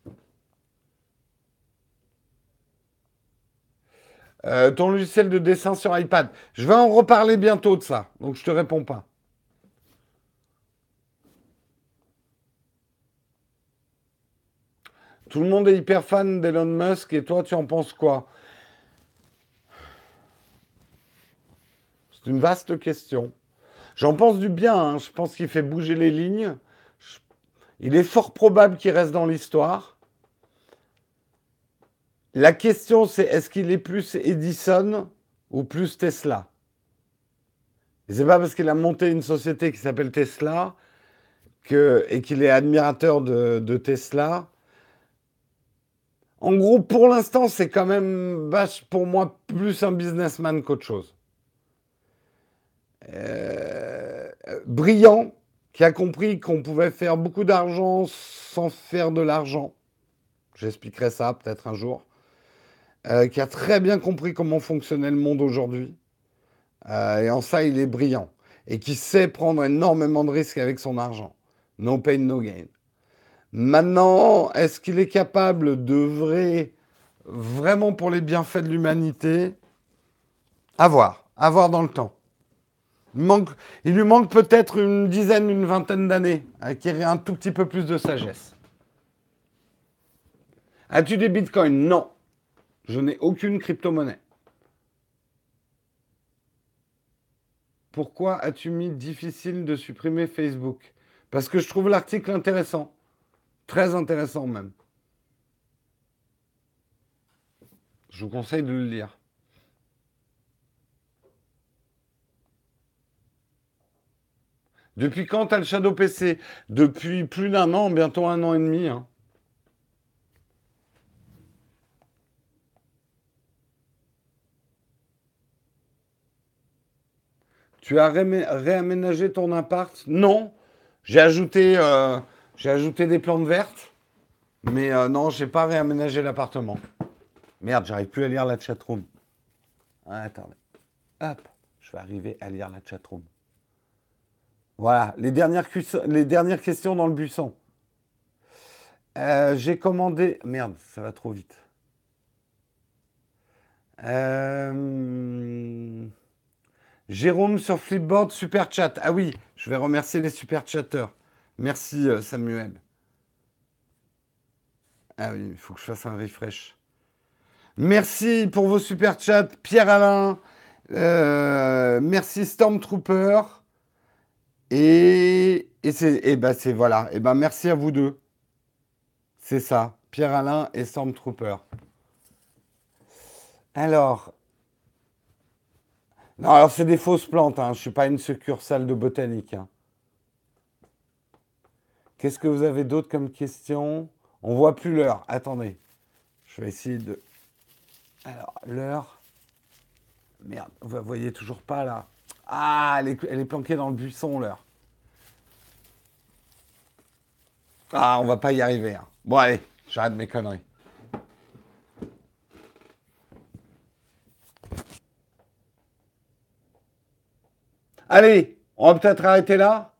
Euh, ton logiciel de dessin sur iPad. Je vais en reparler bientôt de ça. Donc, je te réponds pas. Tout le monde est hyper fan d'Elon Musk et toi, tu en penses quoi? C'est une vaste question. J'en pense du bien, hein. Je pense qu'il fait bouger les lignes. Je- Il est fort probable qu'il reste dans l'histoire. La question, c'est est-ce qu'il est plus Edison ou plus Tesla? Et c'est pas parce qu'il a monté une société qui s'appelle Tesla que, et qu'il est admirateur de, de Tesla. En gros, pour l'instant, c'est quand même vache, pour moi plus un businessman qu'autre chose. Euh, brillant, qui a compris qu'on pouvait faire beaucoup d'argent sans faire de l'argent. J'expliquerai ça peut-être un jour. Euh, qui a très bien compris comment fonctionnait le monde aujourd'hui. Euh, et en ça, il est brillant. Et qui sait prendre énormément de risques avec son argent. No pain, no gain. Maintenant, est-ce qu'il est capable d'œuvrer vraiment pour les bienfaits de l'humanité? À voir. À voir dans le temps. Il, manque, il lui manque peut-être une dizaine, une vingtaine d'années à acquérir un tout petit peu plus de sagesse. As-tu des bitcoins? Non. Je n'ai aucune crypto-monnaie. Pourquoi as-tu mis difficile de supprimer Facebook? Parce que je trouve l'article intéressant. Très intéressant même. Je vous conseille de le lire. Depuis quand t'as le Shadow P C? Depuis plus d'un an, bientôt un an et demi. hein. Tu as rémé- réaménagé ton appart? Non. J'ai ajouté, euh, j'ai ajouté des plantes vertes, mais euh, non, j'ai pas réaménagé l'appartement. Merde, j'arrive plus à lire la chatroom. Ah, attendez. Hop, je vais arriver à lire la chatroom. Voilà, les dernières, cuis- les dernières questions dans le buisson. Euh, j'ai commandé. Merde, ça va trop vite. Euh, Jérôme sur Flipboard, super chat. Ah oui, je vais remercier les super chatteurs. Merci euh, Samuel. Ah oui, il faut que je fasse un refresh. Merci pour vos super chats, Pierre-Alain. Euh, merci Stormtrooper. Et, et c'est et ben c'est voilà. Et ben merci à vous deux. C'est ça, Pierre-Alain et Stormtrooper. Alors, non, alors c'est des fausses plantes. Hein. Je suis pas une succursale de botanique. hein. Qu'est-ce que vous avez d'autre comme question? On voit plus l'heure. Attendez, je vais essayer de. Alors l'heure. Merde, vous la voyez toujours pas là. Ah, elle est, elle est planquée dans le buisson l'heure. Ah, on va pas y arriver. hein. Bon allez, j'arrête mes conneries. Allez, on va peut-être arrêter là.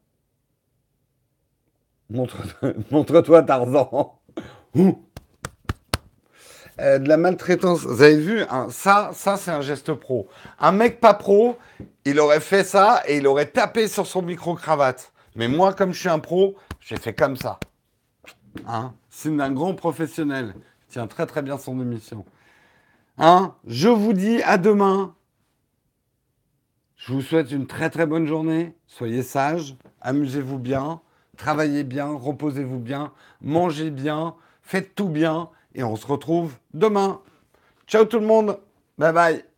Montre- Montre-toi Tarzan. Ouh. Euh, de la maltraitance. Vous avez vu, hein, ça, ça c'est un geste pro. Un mec pas pro, il aurait fait ça et il aurait tapé sur son micro-cravate. Mais moi, comme je suis un pro, j'ai fait comme ça. Hein, signe d'un grand professionnel. Il tient très très bien son émission. Hein, je vous dis à demain. Je vous souhaite une très très bonne journée. Soyez sages, amusez-vous bien, travaillez bien, reposez-vous bien, mangez bien, faites tout bien et on se retrouve demain. Ciao tout le monde. Bye bye.